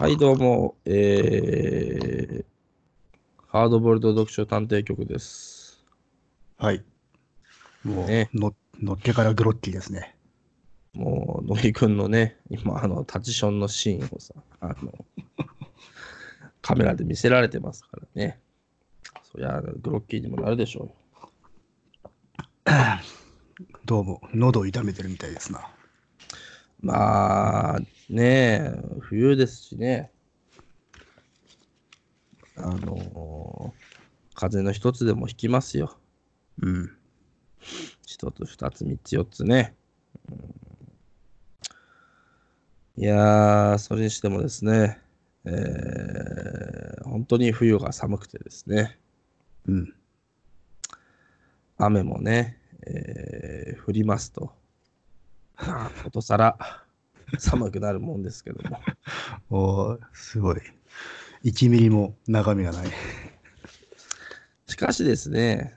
はい、どうも、ハードボイルド読書探偵局です。 はい。もね、 うのっけからグロッキーですね。 もう、乃木くんのね、今、タチションのシーンをさ、カメラで見せられてますからね。そりゃ、グロッキーにもなるでしょうよ。 どうも、喉を痛めてるみたいですな。 まあ、ね冬ですしね、風邪の一つでもひきますよ。 うん。 一つ、二つ、三つ、四つね。いやー、それにしてもですね、本当に冬が寒くてですね、 うん。 雨もね、降りますと、まあ、ことさら寒くなるもんですけども。 おー、すごい。1ミリも中身がない。 しかしですね、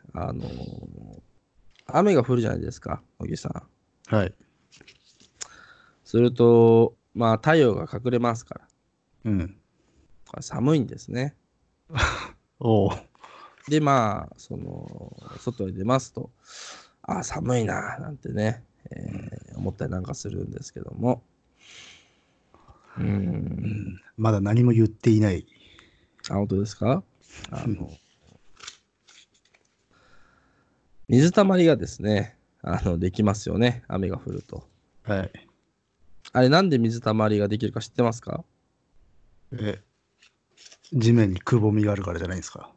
雨が降るじゃないですか、小木さん。 はい。 すると、まあ、太陽が隠れますから、 うん。 これ寒いんですね。 おー。 で、まあ、外に出ますと、ああ、寒いな、なんてね、思ったりなんかするんですけども、うーん、 うん。まだ何も言っていない。 本当ですか？水たまりがですね、できますよね、雨が降ると。 はい。 あれ、なんで水たまりができるか知ってますか？ え、地面にくぼみがあるからじゃないですか。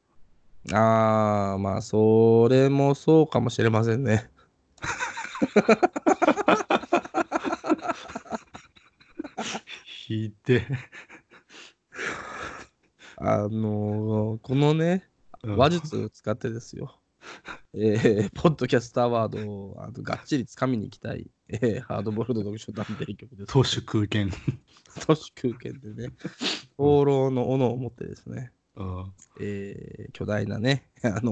まあ、それもそうかもしれませんね。 引いて。 このね、 うん。 話術を使ってですよ、ポッドキャストアワードをがっちり掴みに行きたい、ハードボールド読書探偵局です徒けど、 手空拳。 都市空間でね、 うん。 放浪の斧を持ってですね、 うん。 巨大なね、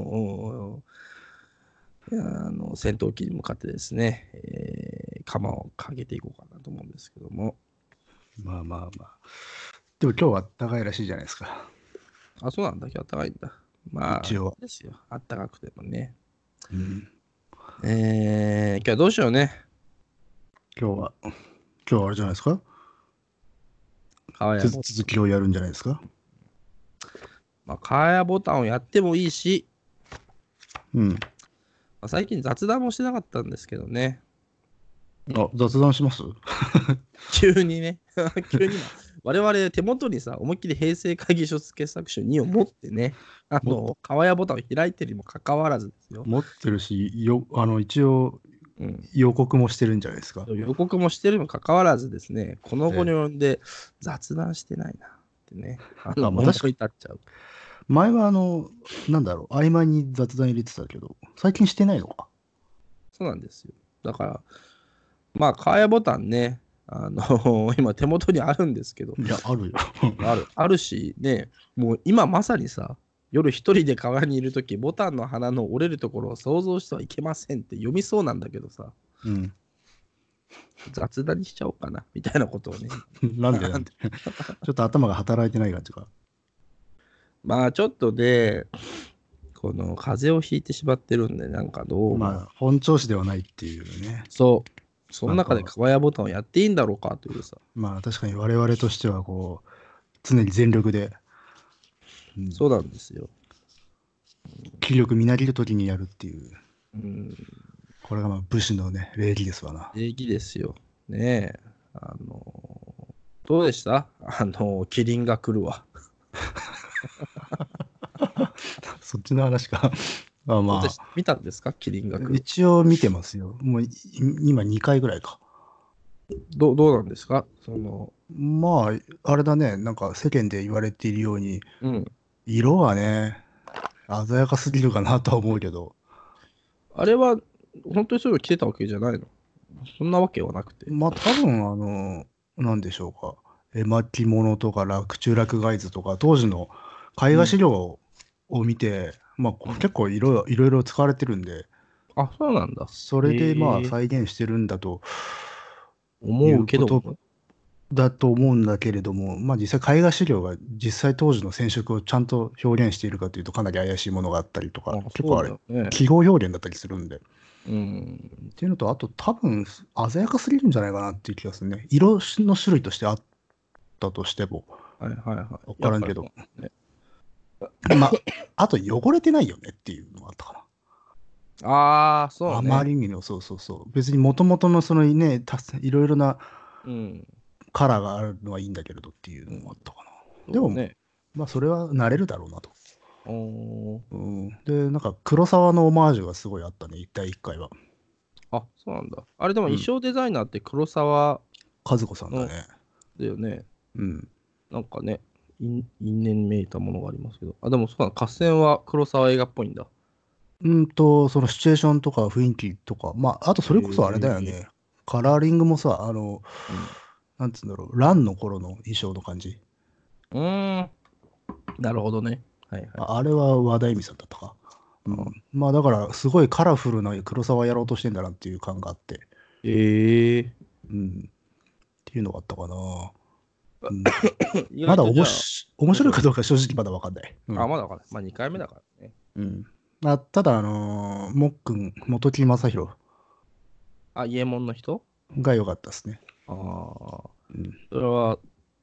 戦闘機に向かってですね、鎌をかけていこうかなと思うんですけども。 まあまあまあ。でも今日は暖かいらしいじゃないですか。 あ、そうなんだ。今日暖かいんだ。まあ、いい一応。 ですよ。暖かくてもね。 うん。 今日はどうしようね。 今日は、今日はあれじゃないですか。 川やボタン。 続きをやるんじゃないですか。 まあ、川やボタンをやってもいいし、 うん。 まあ、最近雑談もしてなかったんですけどね。 あ、雑談します？ 急にね、急に我々手元にさ、思いっきり平成会議所傑作集2を持ってね、 も、 川やボタンを開いてるにもかかわらずですよ。 持ってるし、一応うん。 予告もしてるんじゃないですか。 予告もしてるにもかかわらずですね、この後にええ。 及んで雑談してないなってね、 あ、まあ思い確か、 立っちゃう。 前はなんだろう、合間に雑談入れてたけど、最近してないのか。 そうなんですよ。だから、まあ、川やボタンね、今手元にあるんですけど、 いや、あるよ。 あるし、ね、もう今まさにさ、夜一人で川にいるとき、ボタンの花の折れるところを想像してはいけませんって読みそうなんだけどさ、 うん。 雑談にしちゃおうかな、みたいなことをね。 なんでちょっと頭が働いてない感じか。 まあ、ちょっとで、この風邪をひいてしまってるんで、なんかどうも、 まあ、本調子ではないっていうね。 そう、そのまあ、 中で川やボタンをやっていいんだろうかというさ、 まあ確かに我々としては、こう、常に全力で、うん、 そうなんですよ。 気力みなぎる時にやるっていう、 うん、 これがまあ武士のね、礼儀ですわな。 礼儀ですよ。ねえ。どうでした？キリンが来るわ。 そっちの話か。まあどうでしまあ、 見たんですか？キリンが来る。 一応見てますよ。もう今2回ぐらいか。 どうなんですか？ まあ、あれだね。なんか世間で言われているように、 うん。 色はね、鮮やかすぎるかなとは思うけど、 あれは、本当にそういうの着てたわけじゃないの？そんなわけはなくて。 まあ多分なんでしょうか。絵巻物とか洛中洛外図とか、当時の絵画うん。 資料を見て、まあうん。 結構いろいろ使われてるんで、 あ、そうなんだ。 それでまあへえ、 再現してるんだとい思ううことけども。 だと思うんだけれども、まあ実際絵画資料が実際当時の染色をちゃんと表現しているかというとかなり怪しいものがあったりとか、 まあ、そうだ結構あれ、 よね。 記号表現だったりするんで。っうん。 ていうのと、あと多分鮮やかすぎるんじゃないかなっていう気がするね。色の種類としてあったとしても、 はいはいはわい。やっぱりからんけど。 そうなんですね。 まあ、あと汚れてないよねっていうのがあったかな。 ああ、そうあまね。 りにも、そうそうそう。別にもともとのそのね、いろいろなうん。 カラーがあるのはいいんだけれどっていうのもあうん。 ったかな。でも、 そうね。 まあそれは慣れるだろうなと。 おー。 うん。で、なんか黒沢のオマージュがすごいあったね、第1回は。 あ、そうなんだ。あれでもうん。 衣装デザイナーって黒沢和子さんだの、 ね。 だよね。 うん。 なんかね、因縁めいたものがありますけど。あ、でもそうだ、合戦は黒沢映画っぽいんだ。 そのシチュエーションとか雰囲気とか、まあ、あとそれこそあれだよへえ。 ね。カラーリングもさ、 うん。 なんつうんだろう、ランの頃の衣装の感じ。 うーん。なるほどね。はいはい。 あれは和田恵美さんだったか。うあ、 ん。まあだから、すごいカラフルな黒沢やろうとしてんだなっていう感があって、 ええ。 うん。っていうのがあったかな。うん。 意まだ外とじゃあ、 面白いか面白い。 どうか正直まだわかんない。うあ、 ん。 まだかな。まあ2回目だからね。 うん。ただ、もっくん、本木正宏あ、伊右衛門の人。 が良かったですね。 ああ、 うん。 それは、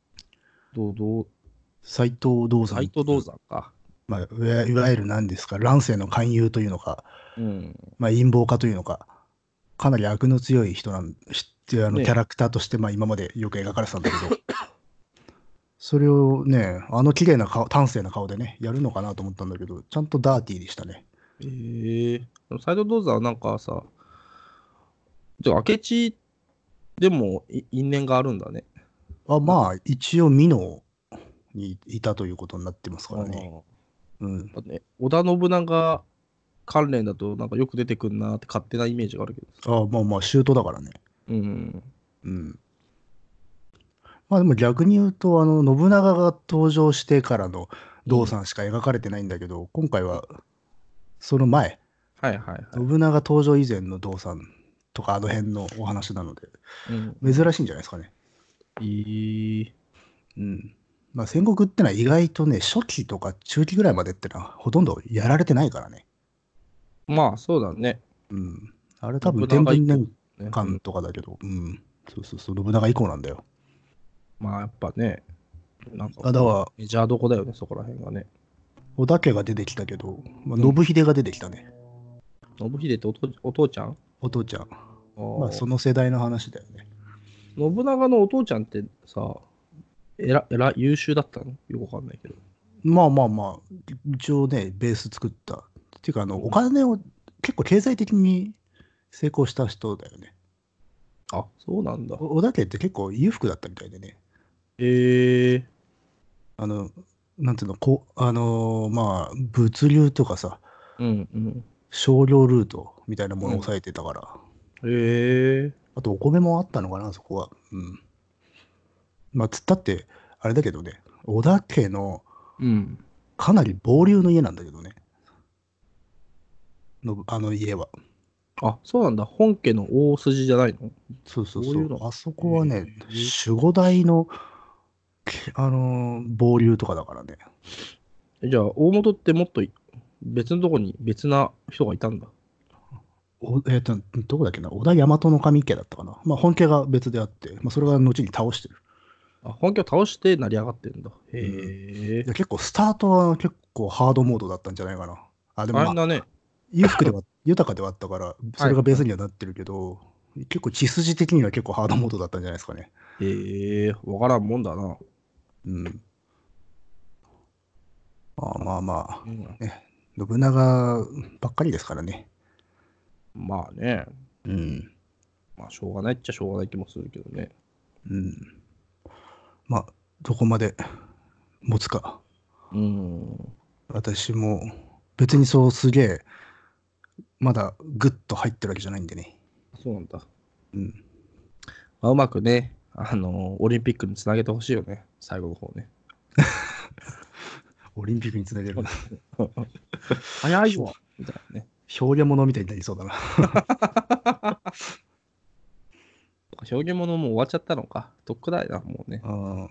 斎藤道山斎藤道っていう、 山か。 まあ、いわゆる何ですか、乱世の勧誘というのか、 うん。 まあ、陰謀家というのか、かなり悪の強い人なんっていうキャね。 ラクターとして、まあ、今までよく描かれてたんだけど、それをね、綺麗な顔、端正な顔でね、やるのかなと思ったんだけど、ちゃんとダーティーでしたね。 ええ。斎藤道山はなんかさ、じゃあ明智でも因縁があるんだね。なんか、 まあ、一応、美濃にいたということになってますあからね。 あ、 うん。 だってね、織田信長関連だとなんかよく出てくんなって勝手なイメージがあるけどさ。 まあまあ、シュートだからね。 うん。 うん。まあでも逆に言うと、信長が登場してからのうん。 道さんしか描かれてないんだけど、今回はその前、 はいはいはい。 信長登場以前の道さんとかあの辺のお話なので、 うん。 珍しいんじゃないですかね。 いい。 うん。まあ戦国ってのは意外とね、初期とか中期ぐらいまでってのはほとんどやられてないからね。 まあそうだね。 うん。あれ多分信天長以降文年ね。う間ん。 とかだけど、うん。そうそうそう、信長以降なんだよ。 まあやっぱね、なんかだから、 メジャーどこだよね、そこら辺がね。 織田家が出てきたけど、まあ、 うん。 信秀が出てきたね。 信秀ってお父ちゃん。 お父ちゃん。 あまあそあ。 の世代の話だよね。 信長のお父ちゃんってさ、優秀だったのよくわかんないけど。 まあまあまあ、一応ね、ベース作った。っていうか、おうん。 金を結構経済的に成功した人だよね。 あ、そうなんだ。 織田家って結構裕福だったみたいでね。 ええ。 あの、なんていうの、まあ、物流とかさ、 うんうん。 商業ルートみたいなものをうん。 抑えてたから。 ええ。 あと、お米もあったのかな、そこは。うん。まあ、つったって、あれだけどね、織田家のうん。 かなり暴流の家なんだけどね、あの家は。 あ、そうなんだ。本家の大筋じゃないの。 そうそうそう。 どういうの。 あそこはね、 え守護代の暴流とかだからね。 じゃあ、大元ってもっと別のとこに別な人がいたんだ。 どこだっけな、織田大和の神家だったかな。まあ、本家が別であって、まあ、それが後に倒してる。 あ、本家を倒して成り上がってるんだ。 うん。 へえ。 結構、スタートは結構ハードモードだったんじゃないかな。でもまあ、 大変だね。 豊かではあったから、それがベースはいはにはなってるけど、結構血筋的には結構ハードモードだったんじゃないですかね。 い。へえ、わからんもんだな。 うん。まあまあまあ、 うん。 ね、信長ばっかりですからね。 まあね。 うん。 まあ、しょうがないっちゃしょうがない気もするけどね。 うん。まあ、どこまで持つか。 うん。 私も別にそうすげえ、まだグッと入ってるわけじゃないんでね。 そうなんだ。 うん。 まあ、うまくね、オリンピックにつなげてほしいよね。最後の方ね。 オリンピックにつなげる。 早いわみたいなね。 表現物みたいになりそうだな。 とか、表現物も終わっちゃったのか。とっくだいな、もうね。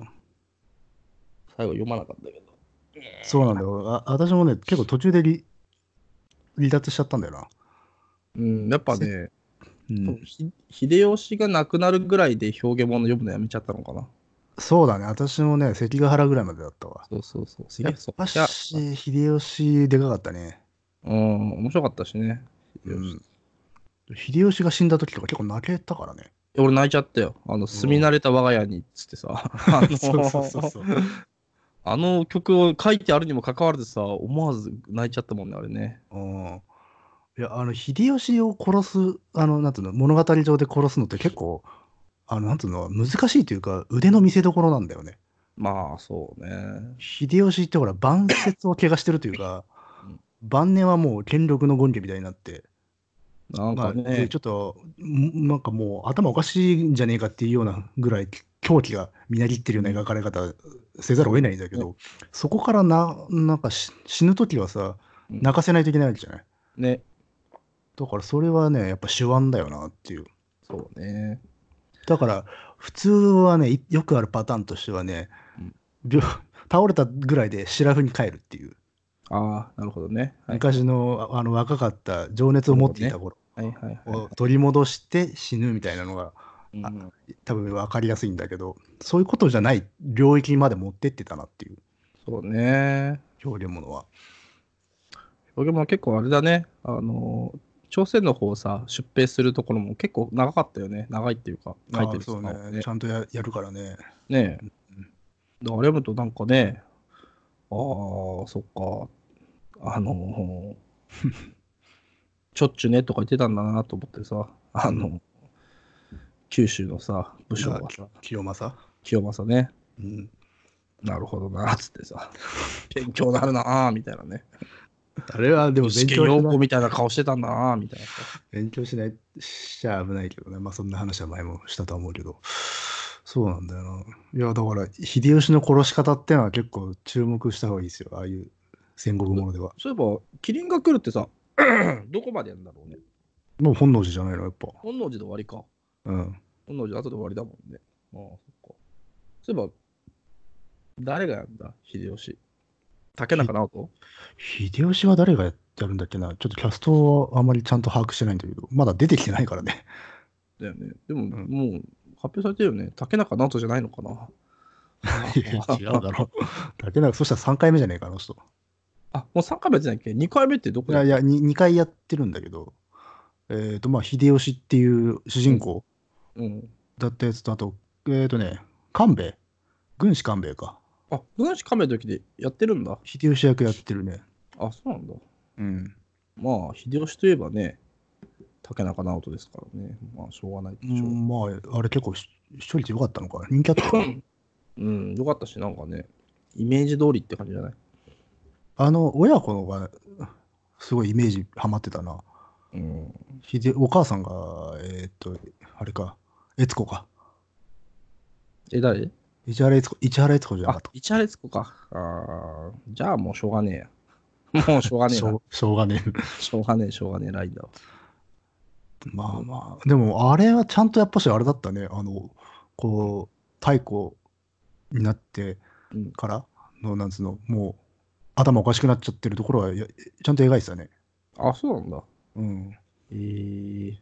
最後読まなかったけど。 そうなんだよ。私もね、結構途中で離脱しちゃったんだよな。 うん、やっぱね、 うん、 秀吉が亡くなるぐらいで表現物読むのやめちゃったのかな。 そうだね。私もね、関ヶ原ぐらいまでだったわ。 そうそうそう。すげやっえ、そう。 ぱいや、 し、秀吉でかかったね。 うん、面白かったしね。秀吉。 うん。秀吉が死んだ時とか結構泣けたからね。 俺泣いちゃったよ。住み慣れた我が家にっつってさ、 そうそうそうそう。 あの曲を書いてあるにもかかわらずさ、思わず泣いちゃったもんね、あれね。 うん。いや、秀吉を殺す、なんていうの、物語上で殺すのって結構、なんていうの、難しいというか、腕の見せ所なんだよね。 まあ、そうね。 秀吉ってほら、晩節を怪我してるというか、 うん、 晩年はもう権力の権化みたいになって、 なんまあ、で、 かね、 ちょっと、なんかもう頭おかしいんじゃねえかっていうようなぐらい狂気がみなぎってるような描かれ方せざるを得ないんだけね、 ど、そこからなんか死ぬ時はさ、 うん、 泣かせないといけないわけじゃない。 ね、 だからそれはね、やっぱ手腕だよなっていう。 そうね。 だから普通はね、よくあるパターンとしてはね、 うん、 病倒れたぐらいでシラフに帰るっていう。 ああ、なるほどね。はいはい。 昔の若かった情熱を持頃ね。 っていた頃はいはいはいはい。 を取り戻して死ぬみたいなのが、あうん、 多分分かりやすいんだけど、そういうことじゃない領域まで持ってってたなっていうそうね。 表現ものは。 俺も結構あれだね。朝鮮の方さ、出兵するところも結構長かったよね。長いっていうか、書いああ、 てる時そうね。 間はね。 ちゃんとやるからね。 ねえ。だからあれ読むとなんかね、ああ、そっか。あのちょっちゅねとか言ってたんだなと思ってさ、 うん。 九州のさ、武将がさ、 清正。 清正ね、 うん。 なるほどな、つってさ、勉強になるなーみたいなね。 あれはでも具志堅用勉強しない。 高みたいな顔してたんだなーみたいなさ。 勉強しない、しちゃ危ないけどね。まあそんな話は前もしたとは思うけど。そうなんだよな。いや、だから、秀吉の殺し方ってのは結構注目した方がいいですよ。ああいう戦国ものでは。 そういえば、キリンが来るってさ、どこまでやるんだろうね。 もう本能寺じゃないの、やっぱ。 本能寺で終わりか。 うん。 本能寺後で終わりだもんね。ああ、そっか。そういえば、誰がやるんだ秀吉。竹ひ中直人。 秀吉は誰がやるんだっけな。ちょっとキャストはあまりちゃんと把握してないんだけど、まだ出てきてないからね。 だよね。でも、 うん。 もう発表されてるよね。竹中直人じゃないのかな。 違うだろう。竹中、そしたら3回目じゃねえか、あの人。 あ、もう3回目じゃないっけ？ 2 回目ってどこいやいや、 でやったの？ 2回やってるんだけど、まあ、秀吉っていう主うん。 人公うん。 だったやつと、あと、官兵衛、軍師官兵衛か。 あ、軍師亀の時でやってるんだ。 秀吉役やってるね。 あ、そうなんだ。 うん。 まあ、秀吉といえばね、竹中直人ですからね。まあ、しょうがないでしょう。 まあ、あれ結構視聴率良かったのかな。人気あったよな。 うん、よかったし、なんかね、イメージ通りって感じじゃない？ 親子のが、すごいイメージハマってたな。 うん。 お母さんが、あれか、悦子か。 誰？ 市原悦子じゃなかあ、 った。 市原悦子か。じゃあもうしょうがねえや。もうしょうがねえな。 しょうがねえ。 しょうがねえ、しょうがねえラインだわ。 まあまあ、でもあれはちゃんとやっぱしあれだったね。こう、太古になってうん。 からの、なんつうの、もう頭おかしくなっちゃってるところはちゃんと描いてたね。 あ、そうなんだ。 うん。 えー、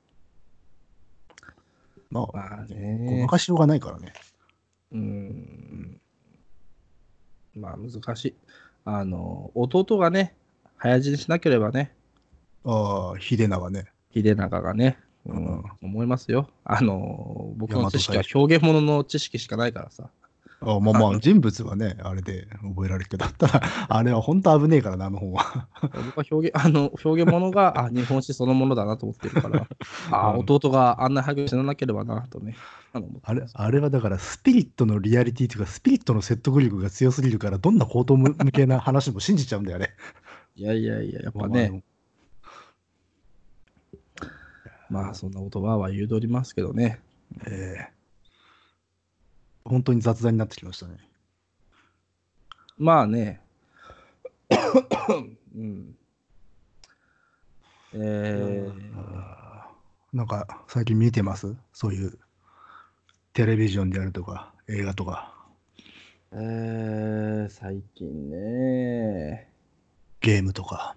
まあ、 まあごまね。 かしようがないからね。 ううん。 ん。まあ難しい。弟がね、早死にしなければね、 ああ、秀長ね。 秀長がね、 うん。 思いますよ。僕大和の知識は最初。 表現物の知識しかないからさ。 まあまあ、 あの、 人物はね、あれで覚えられるけど、ただ、あれは本当危ねえからな、あの本は。 僕は表現物が、日本史そのものだなと思ってるから、 うん。 弟があんな早く死ななければなとね、思ってます。 あれはだからスピリットのリアリティというか、スピリットの説得力が強すぎるから、どんな口頭向けな話も信じちゃうんだよね。 いやいやいや、やっぱね、 まあまあでも、 まあそんな言葉は言うとりますけどね。 え本当に雑談になってきましたね。 まあね、うん。 いやえなんか最近見てますそういうテレビジョンであるとか、映画とか、 最近ね。 ゲームとか。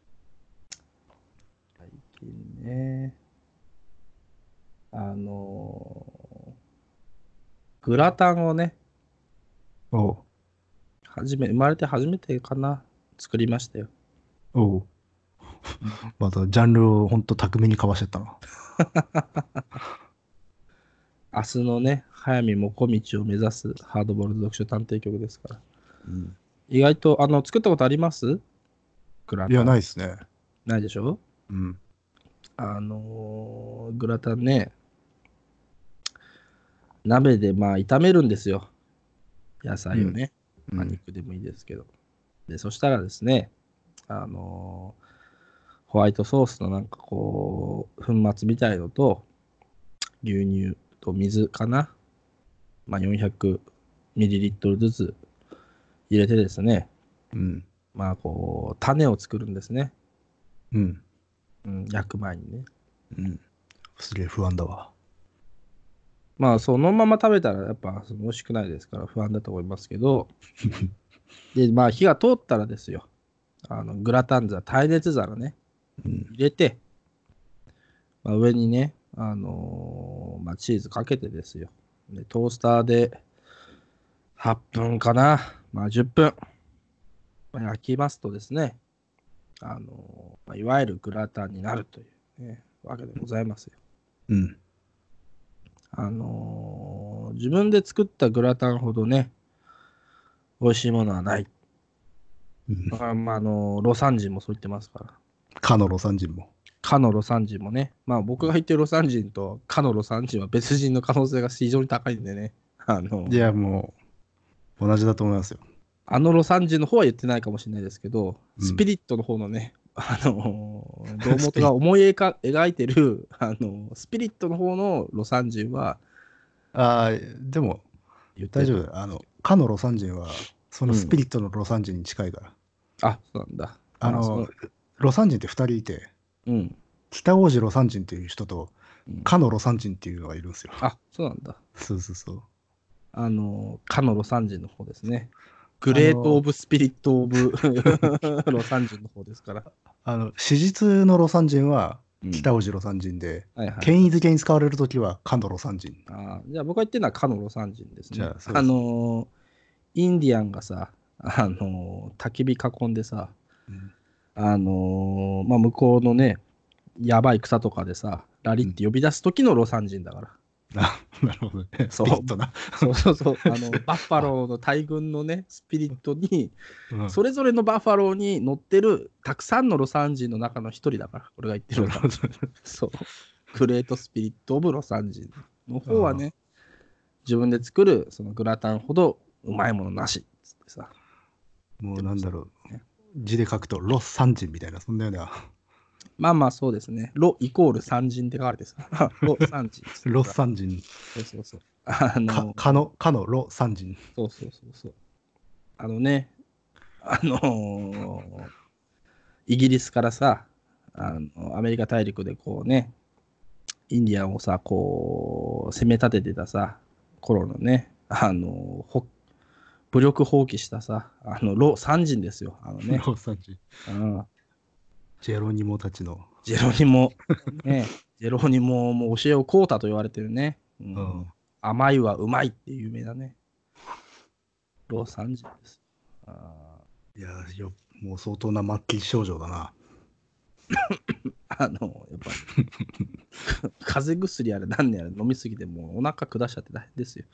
最近ね。グラタンをね、 おう、 生まれて初めてかな、作りましたよ。 おう。またジャンルをほんと巧みにかわしちゃったな。 明日のね、早見もこみちを目指すハードボールド読書探偵局ですから。 うん、 意外と、作ったことありますグラいや、 タン。 ないっすね。 ないでしょ。 うん。 グラタンね、鍋でまあ炒めるんですよ。野菜をね。まあ、肉でもいいですけど。で、そしたらですね、ホワイトソースのなんかこう、粉末みたいのと、牛乳と水かな。まあ、400ml ずつ入れてですね、 うん。 まあこう、種を作るんですね。 うん。 焼く前にね。 うん。すげえ不安だわ。 まあ、そのまま食べたらやっぱ美味しくないですから不安だと思いますけど、で、まあ、火が通ったらですよ、グラタン皿、耐熱皿ね、入れて、まあ、上にね、まあ、チーズかけてですよ。で、トースターで8分かな、まあ、10分、まあ、焼きますとですね、まあ、いわゆるグラタンになるという、ね、わけでございますよ。 うん。 自分で作ったグラタンほどね、美味しいものはない。 うん。 だから、まあ、魯山人もそう言ってますから。 かの魯山人も。 かの魯山人もね、まあ僕が言ってる魯山人とかの魯山人は別人の可能性が非常に高いんでね、 いや、もう、同じだと思いますよ。 魯山人の方は言ってないかもしれないですけど、 うん。 スピリットの方のね、堂スピリッ本が思い描いてる、スピリットの方の魯山人はああ、でも、 言ってる。 大丈夫。かの魯山人は、そのスうん。 ピリットの魯山人に近いから。 あ、そうなんだ。あ、そあの、 う。 魯山人って2人いて、 うん。 北大路魯山人っていう人と、 うん。 かの魯山人っていうのがいるんですよ。 あ、そうなんだ。 そうそうそう。 かの魯山人の方ですね。グレート・オあの、 ブ・スピリット・オブ・魯山人の方ですから。 史実の魯山人はうん。 北大路魯山人で、 はいはいはい。 権威づけに使われるときはかの魯山人。 じゃあ僕が言ってるのはかの魯山人ですね。 じゃあ、そうですね。 インディアンがさ、焚き火囲んでさ、 うん。 まあ、向こうのね、やばい草とかでさ、ラリっうん。 て呼び出す時の魯山人だから。 なるほどね。スそう、 ピリットな。 そうそうそう、バッファあ、 ローの大群のね、スピリットに、 うん。 それぞれのバッファローに乗ってるたくさんの魯山人の中の一人だから、俺が言ってるのは。 なるほど。 そう、グレートスピリット・オブ・魯山人の方はあね、自分で作るそのグラタンほどうまいものなしっつってさ、言っもうてましたなんだろね。 う。字で書くと、魯山人みたいな、そんなような。 まあまあそうですね。ロイコール三人って書かれてさ、ロ三人っつって魯さ、 山人。 そうそうそう。 かの魯山人。 そうそうそうそう。あのね、あのーイギリスからさ、アメリカ大陸でこうね、インディアンをさ、こう、攻め立ててたさ、頃のね、武力放棄したさ、ロ三人ですよ。 魯山人。 うん、 ジェロニモたちの。 ジェロニモ、ね、ジェロニモも教えを請うたと言われてるね。うん、 うん。 甘いはうまいって有名なね、ロ三人です。あいや、もう相当な末期症状だな。 やっぱ風邪薬あれ何年あれ飲みすぎてもうお腹下しちゃって大変ですよ。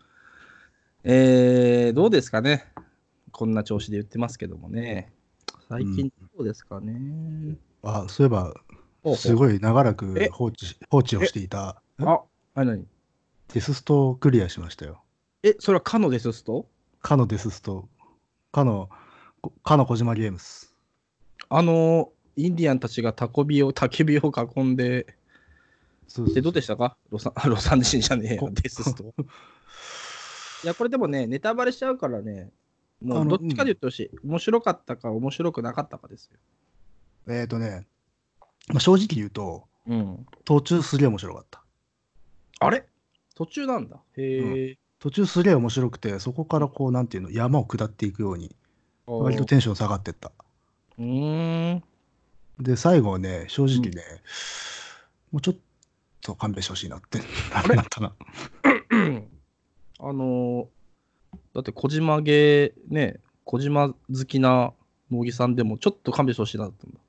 どうですかね。こんな調子で言ってますけどもね。最近どうですかね。 あ、そういえば、 ほうほう。 すごい長らくえ、 放置をえ、 していた、 何デスストをクリアしましたよ。 それはカノデススト。 かのデススト、かの小島ゲームス。 インディアンたちが焚き火を囲んで、で、 そうそうそう。 どうでしたかロサン人じゃねえよ、 こデススト。いや、これでもね、ネタバレしちゃうからね、もうどっちかで言ってほしい。面白かったか面白くなかったかですよ。 ね、まあ、正直言うと、 うん。 途中すげえ面白かった。 あれ途中なんだ。へえ。 途中すげえ面白くて、そこからこう、なんていうの、山を下っていくように、割とおーテンション下がってった。 うーん。 で、最後はね、正うん。 直ね、もうちょっと勘弁してほしいなってあれなったな。 あのーだって小島ゲーね、小島好きな乃木さんでもちょっと勘弁してほしいなだったんだ。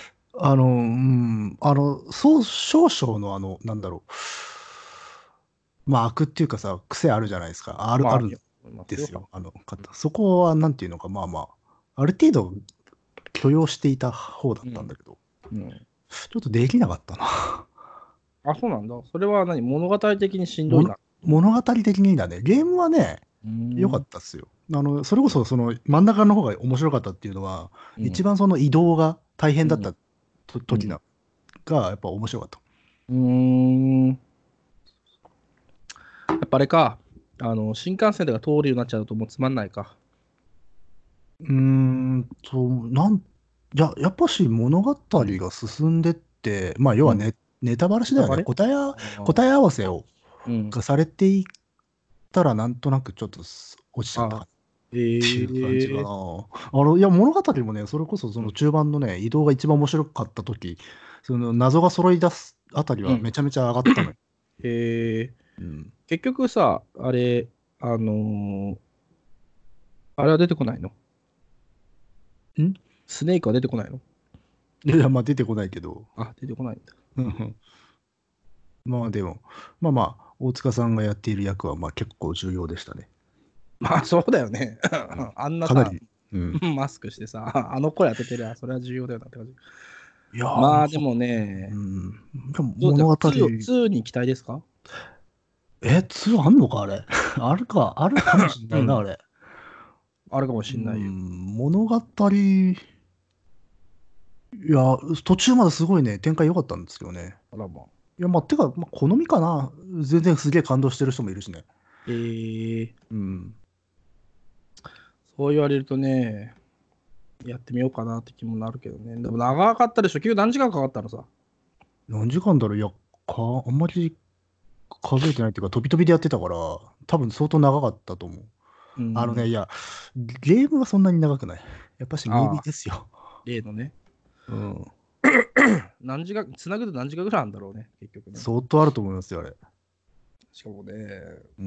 そう、少々のなんだろう。まあ、悪っていうかさ、癖あるじゃないですか。 まあ、 あるんいや思いますよ。 ですよ。方。そこは、なんていうのか、まあまあ、ある程度許容していた方だうん。 ったんだけど、 うん。 ちょっとできなかったな。 あ、そうなんだ。それは何物語的にしんどいものな。 物語的にだね。ゲームはね、 うー良かっん。 たっすよ。それこそ、その真ん中の方が面白かったっていうのは、 うん。 一番その移動が大変うん。 だったうん。 時が、やっぱ面白かった。 うーん。やっぱあれか。新幹線とか通るようになっちゃうともうつまんないか。 うーやっぱし物語うん。 が進んでって、まあ、要うん。 はネタバラシだよね。 ネタバレああ。 答え合わせうん。 がされていったら、なんとなくちょっと落ちちゃったああ。 かなっていう感じかええな。いや、物語もね、それこそそうん。 の中盤のね、移動が一番面白かった時、その謎が揃い出すあたりうん。 はめちゃめちゃ上がったのよ。 ええうん。 結局さ、あれ、あれは出てこないのんスネークは出てこないのいやいや、まあ出てこないけど。 あ、出てこないんだ。 うんうん。まあでも、まあまあ、大塚さんがやっている役はまあ結構重要でしたね。 まあ、そうだよね。 うん。 あんなさ、 かなり、うん。 マスクしてさ、あの声当ててりゃ、それは重要だよなって感じ。 いやー、 まあ、でもね、 うん。でもどうだ、 物語、 2に期待ですか 2あんのかあれ。あるか、あるかもしんないな、あうん。 れ。 あるかもうしんないよ。 ん、物語、いや、途中まですごいね、展開良かったんですけどね。 あらまあ。 いや、まあ、てか、まあ、好みかな。全然すげえ感動してる人もいるしね。 えー、 うん。 そう言われるとね、やってみようかなって気もなるけどね。でも長かったでしょ。結局何時間かかったのさ。 何時間だろう。いや、あんまり数えてないっていうか、飛び飛びでやってたから、多分相当長かったと思う。 うん。 いや、ゲームはそんなに長くない。やっぱしムービああ、 ーですよ。 例のね。 うん。 何時間、つなぐと何時間ぐらいあるんだろうね、結局ね。 相当あると思いますよ、あれ。 しかもね、 うん、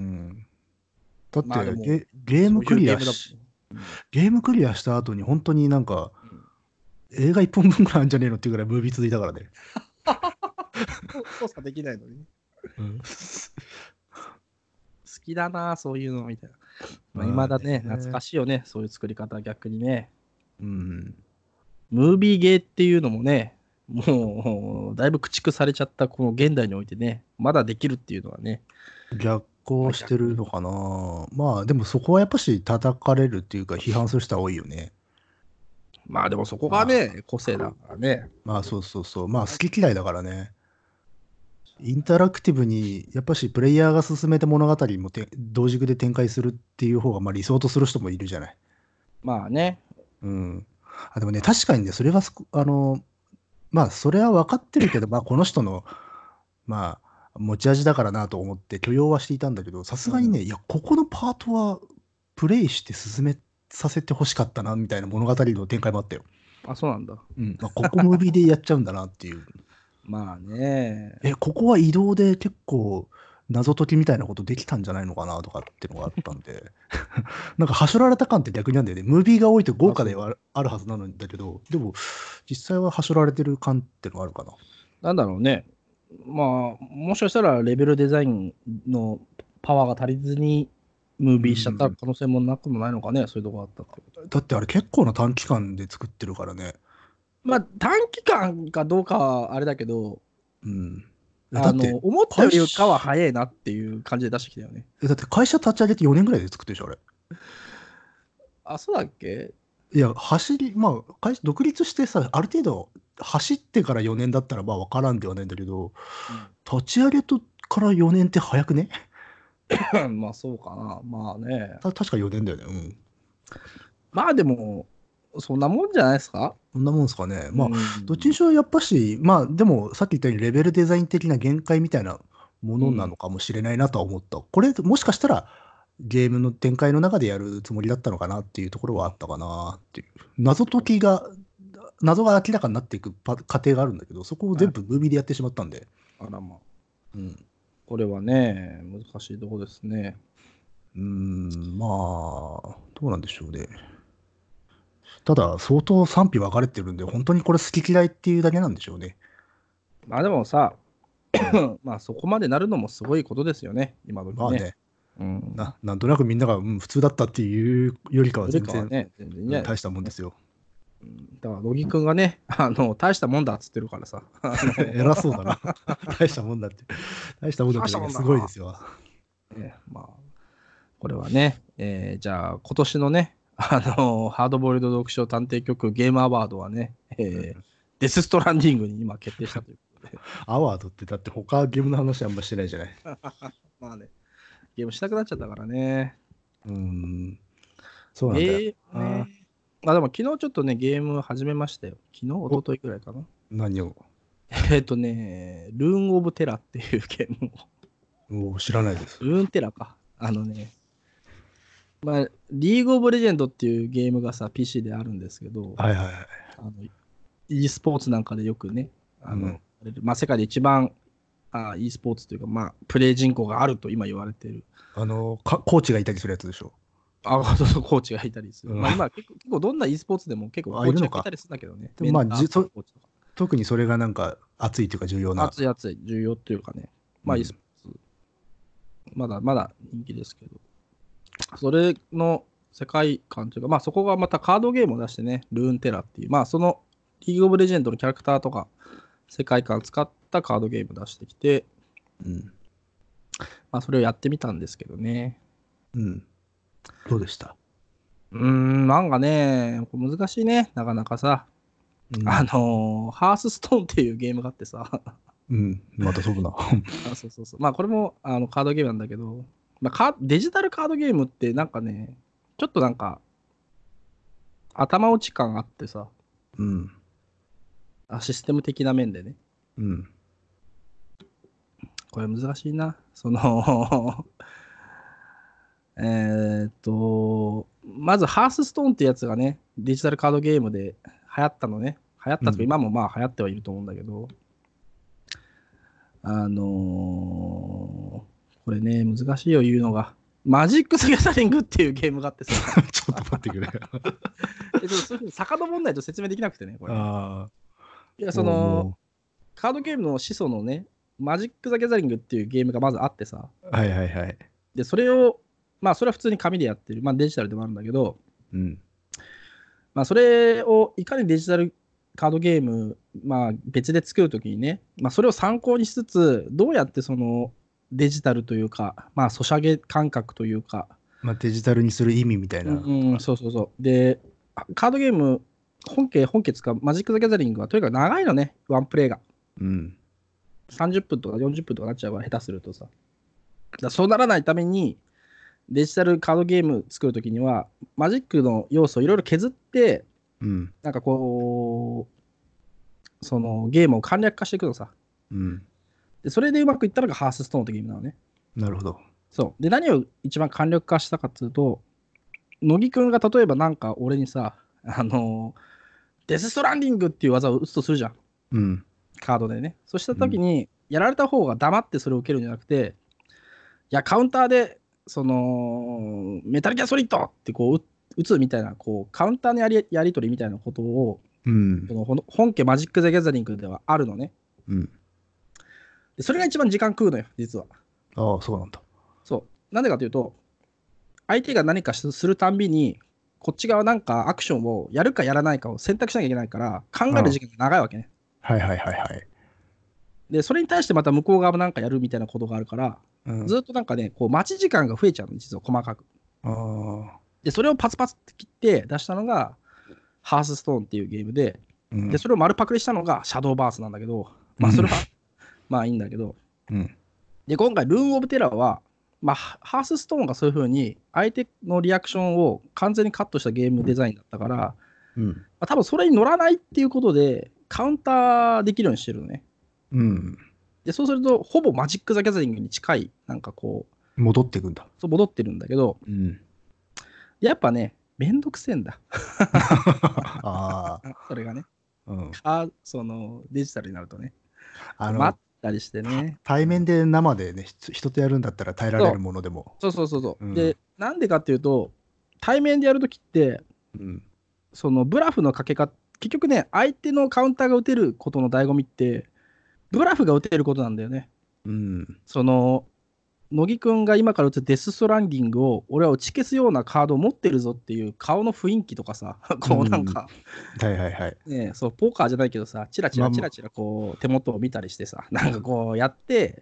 だってまあでも、 ゲーそういうムクリゲームだもんね。 アし、 うん。 ゲームクリアした後に本当になんかうん映画一本分ぐらいあるんじゃねえのっていうぐらいムービー続いたからね。 操作できないのに。 うん。 好きだな、そういうのみたいな。まあ、 まあ未だね、懐かね。 しいよね、そういう作り方、逆にね。 うん。 ムービーゲーっていうのもね、もう、だいぶ駆逐されちゃったこの現代においてね、まだできるっていうのはね、 逆まあ、 行して逆に。 るのかな。まあでもそこはやっぱし叩かれるっていうか批判する人は多いよね。 まあでもそこがまあ、 ね、個性だからね。 まあそうそうそう。まあ好き嫌いだからね。インタラクティブに、やっぱしプレイヤーが進めた物語も同軸で展開するっていう方がまあ理想とする人もいるじゃない。 まあね。 うん。でもね、確かにね、それはまあ、それは分かってるけど、まあ、この人の、まあ、持ち味だからなと思って許容はしていたんだけど、さすうん。 がにね、いや、ここのパートはプレイして進めさせてほしかったな、みたいな物語の展開もあったよ。 あ、そうなんだ。 うん。ここムービーでやっちゃうんだなっていう。 まあね。 ここは移動で結構謎解きみたいなことできたんじゃないのかなとかっていうのがあったんで、なんか、はしょられた感って逆になんだよね。ムービーが多いと豪あ、そう。 華ではあるはずなんだけど、でも、実際ははしょられてる感っていうのがあるかな。 なんだろうね。まあ、もしかしたらレベルデザインのパワーが足りずにムーうビーしちゃったん。 可能性もなくもないのかね、そういうとこがあったってこと。 だってあれ結構な短期間で作ってるからね。 まあ、短期間かどうかはあれだけど、 うん。だって、 思ったよ会りかは社、 早いなっていう感じで出してきたよね。 だって会社立ち上げて4年ぐらいで作ってるでしょ、あれ。 あ、そうだっけいや、まあ、独立してさ、ある程度走ってから4年だったらまあ分からんではないんだけど、 うん。 立ち上げから4年って早くね。 まあ、そうかな。まあね。 確か4年だよね。うん。 まあでも、そんなもんじゃないですかそんなもんすかね。 うまあ、どっちにん。 しろやっぱし、まあ、でもさっき言ったようにレベルデザイン的な限界みたいなものなのかもしれないなとは思った。これ、もしかしたら、ゲームの展開の中でやるつもりだったのかなっていうところはあったかなっていう。謎が明らかになっていく過程があるんだけど、そこを全部ムービーでやってしまったんで。 あらまあ。 うん。 これはね、難しいところですね。 まあ、どうなんでしょうね。ただ、相当賛否分かれてるんで、本当にこれ好き嫌いっていうだけなんでしょうね。 まあでもさ、まあそこまでなるのもすごいことですよね、今時ね。 まあね、 うん。 なんとなくみんなが、普通だったっていうよりかはより全然、 かはね、全然いいんじゃない大したですかね。 もんですよ。 だから、乃木くんがね、大したもんだっつってるからさ。 偉そうだな。大したもんだって。大したもんだっ大てだけすしたもんだな。 ごいですよ。 ね、まあ、これはね、じゃあ、今年のね、ハードボイルド読書探偵局ゲームアワードはね、デスストランディングに今決定したということで。 アワードってだって他ゲームの話あんましてないじゃない。 まあね、ゲームしたくなっちゃったからね。 そうなんだよ。 ね。まあでも昨日ちょっとね、ゲーム始めましたよ。昨日、一昨日くらいかな。 何をルーン・オブ・テラっていうゲームを。 知らないです。 ルーンテラか。まあ、リーグ・オブ・レジェンドっていうゲームがさ、PC であるんですけど、 はいはいはい。 e スポーツなんかでよくね、まあ、世界で一番e スポーツというか、まあ、プレイ人口があると今言われている。 コーチがいたりするやつでしょ。 そうそう、コーチがいたりする。 うんまあ、今結構どんな e スポーツでも結構コーチがいたりするんだけどね。 でもまあメンターコーチとか特にそれがなんか熱いというか重要な。 熱い、重要っていうかね。まあ、e スポーツ、まだ人気ですけど。それの世界観というか、まあそこがまたカードゲームを出してね、ルーンテラっていう、まあそのリーグオブレジェンドのキャラクターとか世界観を使ったカードゲームを出してきて、まあそれをやってみたんですけどね。 どうでした？ なんかね、難しいね、なかなかさ。ハースストーンっていうゲームがあってさ。 またそうだな。 そう。まあこれもカードゲームなんだけど、まあ、デジタルカードゲームってなんかね、ちょっとなんか頭打ち感あってさ、システム的な面でね。これ難しいな。まずハースストーンってやつがね、デジタルカードゲームで流行ったのね。流行ったとか、今もまあ流行ってはいると思うんだけど、これね、難しいよ、言うのが。マジック・ザ・ギャザリングっていうゲームがあってさ。 ちょっと待ってくれ。 そういうふうに遡んないと説明できなくてね、これ。いや、 もカードゲームの始祖のね、マジック・ザ・ギャザリングっていうゲームがまずあってさ。 はいはいはい。 で、それを、まあ、それは普通に紙でやってる。まあ、デジタルでもあるんだけど、まあ、それをいかにデジタルカードゲーム、まあ、別で作るときにね、まあ、それを参考にしつつ、どうやってそのデジタルというか、まあ、ソシャゲ感覚というか、 まあ、デジタルにする意味みたいな。 そう。で、カードゲーム、本家使うマジック・ザ・ギャザリングはとにかく長いのね、ワンプレイが。30分とか40分とかなっちゃうから、下手するとさ。そうならないために、デジタルカードゲーム作るときには、マジックの要素をいろいろ削って、なんかこう、そのゲームを簡略化していくのさ。でそれでうまくいったのがハースストーンってゲームなのね。 なるほど。 そう。で、何を一番簡略化したかっていうと、乃木くんが例えばなんか俺にさ、デスストランディングっていう技を打つとするじゃん。カードでね。そうしたときに、やられた方が黙ってそれを受けるんじゃなくて、いや、カウンターで、メタルギアソリッドってこう打つみたいな、こう、カウンターのやり取りみたいなことを、その本家マジック・ザ・ギャザリングではあるのね。でそれが一番時間食うのよ、実は。 ああ、そうなんだ。 そう。なんでかというと、相手が何かするたんびに、こっち側なんかアクションをやるかやらないかを選択しなきゃいけないから、考える時間が長いわけね。 はい。 で、それに対してまた向こう側もなんかやるみたいなことがあるから、ずっとなんかね、こう待ち時間が増えちゃうの、実は細かく。で、それをパツパツって切って出したのが、ハースストーンっていうゲームで、で、それを丸パクリしたのがシャドーバースなんだけど、まあそれは、まあいいんだけど、で、今回、ルーン・オブ・テラーは、まあ、ハースストーンがそういう風に相手のリアクションを完全にカットしたゲームデザインだったから、まあ、多分それに乗らないっていうことでカウンターできるようにしてるのね。 で、そうすると、ほぼマジック・ザ・ギャザリングに近い、なんかこう、 戻っていくんだ。 そう戻ってるんだけど、 うん。 やっぱね、めんどくせえんだ。 ああ。 それがね、 うん。 そのデジタルになるとね、 あの、 待ったりしてね。 対面で生でね、人とやるんだったら耐えられるそうものでも。 そう。 うん。 で、なんでかっていうと、対面でやるときって、 うん。 そのブラフのかけ方、結局ね、相手のカウンターが打てることの醍醐味って、ブラフが打てることなんだよね。 うん。 その、乃木くんが今から打つデスストランディングを、俺は打ち消すようなカードを持ってるぞっていう顔の雰囲気とかさ、 うこうなんん。 か、 はいはいはい。 ね、そう、ポーカーじゃないけどさ、チラチまあ、 ラチラチラこう、手元を見たりしてさ、なんかこうやって、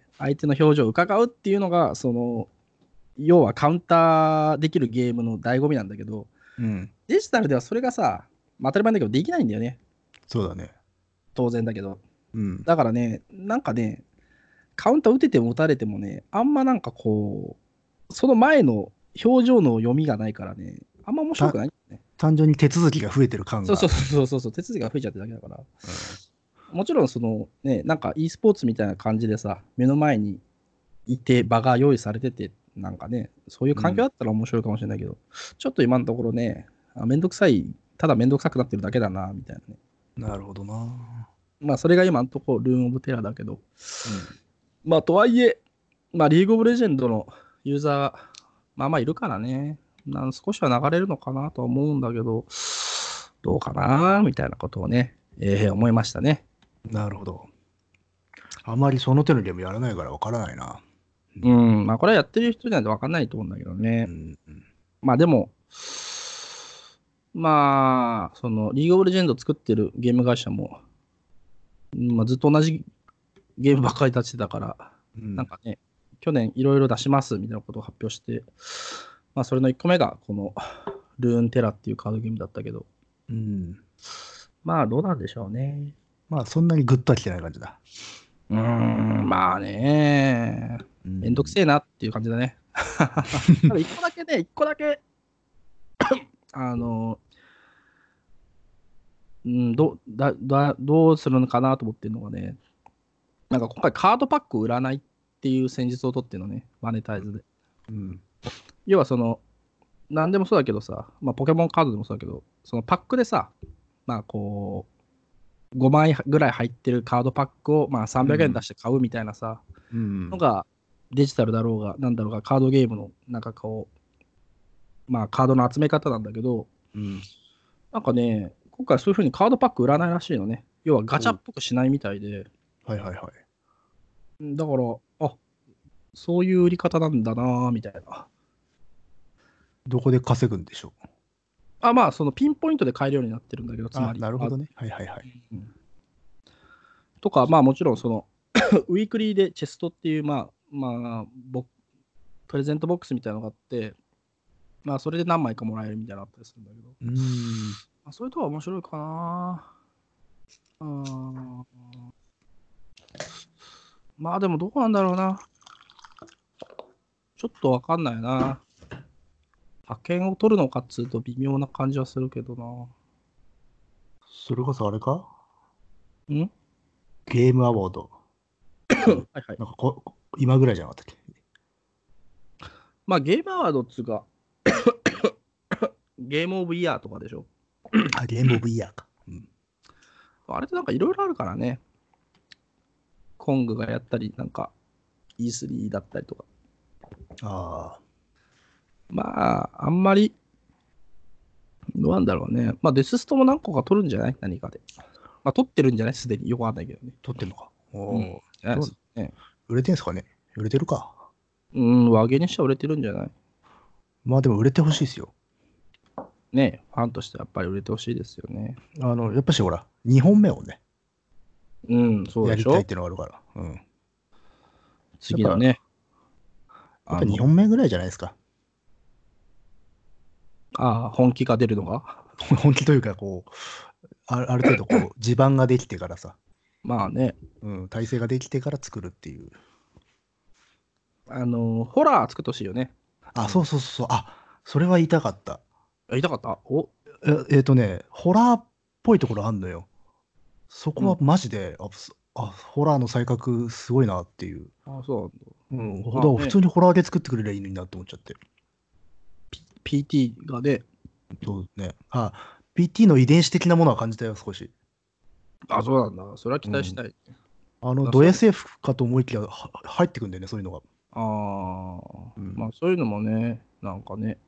相手の表情を伺うっていうのが、その、要はカウンターできるゲームの醍醐味なんだけど、 うん。 デジタルではそれがさ、まあ当たり前だけどできないんだよね。 そうだね。 当然だけど。 うん。 だからね、なんかね、カウンター打てても打たれてもね、あんまなんかこう、その前の表情の読みがないからね、あんま面白くないんだよね。 単純に手続きが増えてる感そうそうが。 そうそうそう、手続きが増えちゃってるだけだから。 うん。 もちろんそのね、なんか e スポーツみたいな感じでさ、目の前にいて場が用意されてて、なんかね、そういう環境だったら面白いかもしれないけど、ちょっと今のところね、めんどくさい、ただめんどくさくなってるだけだな、みたいなね。 なるほどな。 まあ、それが今のところルーン・オブ・テラーだけど、 うん。 まあ、とはいえ、まあ、リーグ・オブ・レジェンドのユーザー、まあまあいるからね、少しは流れるのかなとは思うんだけど、どうかな、みたいなことをね、思いましたね。 なるほど。あまりその手のゲームやらないからわからないな。ううん。 ん、まあこれはやってる人には分かんないと思うんだけどね。 うん。うん。 まあでも、まあ、その、リーグオブレジェンド作ってるゲーム会社も、まあ、ずっと同じゲームばっかり出してたから、 うん。 なんかね、去年いろいろ出しますみたいなことを発表して、まあそれの1個目がこのルーンテラっていうカードゲームだったけど、 うん。 まあどうなんでしょうね。 まあ、そんなにグッとは来てない感じだ。 まあね、 うめんどくん。 せえなっていう感じだね。ただ1個だけね、1個だけ、あの、どうするのかなと思ってるのがね、なんか今回カードパックを売らないっていう戦術を取ってるのね、マネタイズで。 うん。 要はその、何でもそうだけどさ、まあポケモンカードでもそうだけど、そのパックでさ、まあこう、5枚ぐらい入ってるカードパックをまあ300円出して買うみたいなさ、 うん。 のがデジタルだろうが、なんだろうが、カードゲームのなんかこう、まあカードの集め方なんだけど、 うん。 なんかね、今回そういう風にカードパック売らないらしいのね。要はガチャっぽくしないみたいで、 はいはいはい。 だから、あ、そういう売り方なんだなぁみたいな。 どこで稼ぐんでしょう。 まあ、そのピンポイントで買えるようになってるんだけど、つまあ、 り。 なるほどね。はいはいはい。 うんとか、まあもちろんそのウィークリーでチェストっていう、プレゼントボックスみたいなのがあって、まあそれで何枚かもらえるみたいなのあったりするんだけど、 うーん。 まあ、それとは面白いかな。うん。まあでもどうなんだろうな。ちょっとわかんないな。派遣を取るのかっつうと微妙な感じはするけどな。 それこそあれかんゲームアワード。 はいはい。 なんか今ぐらいじゃなかったっけ。 まあゲームアワードっつうか、ゲームオブイヤーとかでしょ。 あ、ゲームオブイヤーか。うん。 あれってなんかいろいろあるからね。コングがやったり、なんか E3 だったりとか。 ああ。 まあ、あんまり、どうなんだろうね。まあ、デスストも何個か取るんじゃない何かで。まあ、取ってるんじゃないすでに。よくわかんないけどね。 撮ってんのか。おうん。 お。 じゃないですね。 売れてんすかね。売れてるか。 和毛にしては売れてるんじゃないまあでも売れてほしいですよ。 ねファンとしてやっぱり売れてほしいですよね。 やっぱしほら、2本目をね、 うん、そうやでしょりたいっていうのがあるから。うん。 次のね、 やっぱ2本目ぐらいじゃないですか。 本気が出るのが。 本気というか、ある程度地盤ができてからさ、 まあね、 体制ができてから作るっていう。 ホラー作ってほしいよね。 あ、そうそうそうそう。あ、それは言いたかった。 言いたかったホラーっぽいところあんのよ。そこはマジで、 ホラーの才覚すごいなっていう。 あ、そうなんだ。 だから普通にホラーで作ってくれりゃいいのになって思っちゃって。 PT がね、 そうね。PT の遺伝子的なものは感じたよ、少し。 あ、そうなんだ。それは期待したい。 ド SF かと思いきや入ってくんだよね、そういうのが。 ああ、 うん。 まあそういうのもね、なんかね、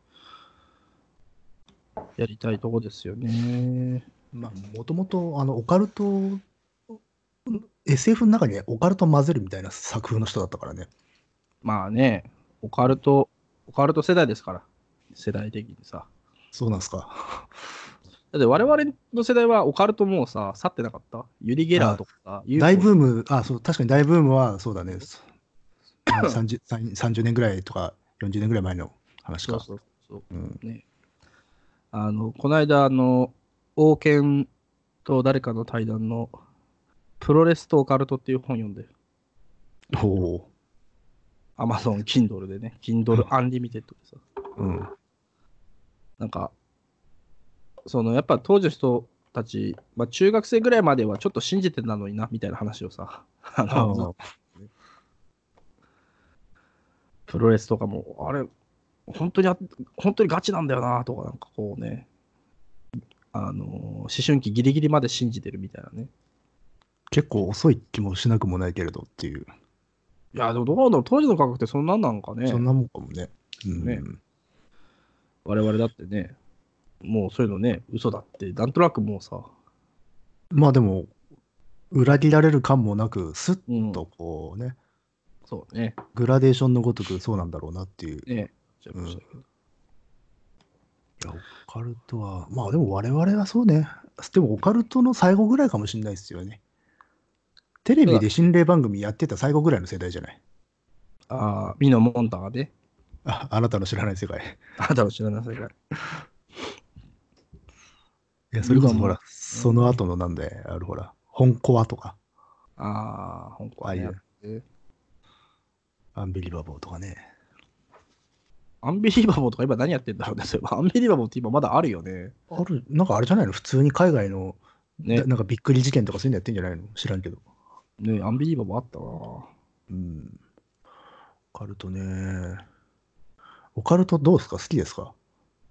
やりたいとこですよね。 まあ、もともと、オカルト、SF の中にオカルト混ぜるみたいな作風の人だったからね。 まあね、オカルト世代ですから、世代的にさ。 そうなんすか。 だって我々の世代はオカルトもうさ、去ってなかったユリ・ゲラーあ、 とかさ、 大 UFO ブーム、そう、確かに大ブームはそうだね。30年ぐらいとか40年ぐらい前の話か。 そうそうそうん。 う。ね。この間、王権と誰かの対談のプロレスとオカルトっていう本読んで、 おお。 Amazon Kindle でね、Kindle Unlimited でさ、 うん。 なんか、やっぱ当時の人たち、まあ中学生ぐらいまではちょっと信じてたのにな、みたいな話をさ、ずっとああ。 プロレスとかも、あれ、本当にガチなんだよな、とか、なんかこうね、思春期ギリギリまで信じてるみたいなね。 結構遅い気もしなくもないけれどっていう。 いや、でもどうだろう、当時の価格ってそんなんなんかね、 そんなもんかもね。うね、 ん。 我々だってね、もうそういうのね、嘘だって、なんとなくもうさ、 まあでも、裏切られる感もなく、スッうん、 とこうね、 そうね、 グラデーションのごとくそうなんだろうなっていう。 ね、ちゃいうん。いましたけど。 や、オカルトは、まあでも我々はそうね。でもオカルトの最後ぐらいかもしれないですよね。テレそうだ、 ビで心霊番組やってた最後ぐらいの世代じゃない。 ミノモンタがね、 あなたの知らない世界。 あなたの知らない世界。 いや、それミノモン、 こそほら、その後のなんで、ほら、本コアとか、 香港はね、 ああいうアンビリバボーとかね。 アンビリバボーとか今何やってんだろうね、そういえばアンビリバボーって今まだあるよね。 なんかあれじゃないの普通に海外の、 ね、 なんかびっくり事件とかそういうのやってんじゃないの知らんけど。 アンビリバボーあったな。 うん。オカルトね。オカルトどうですか好きですか？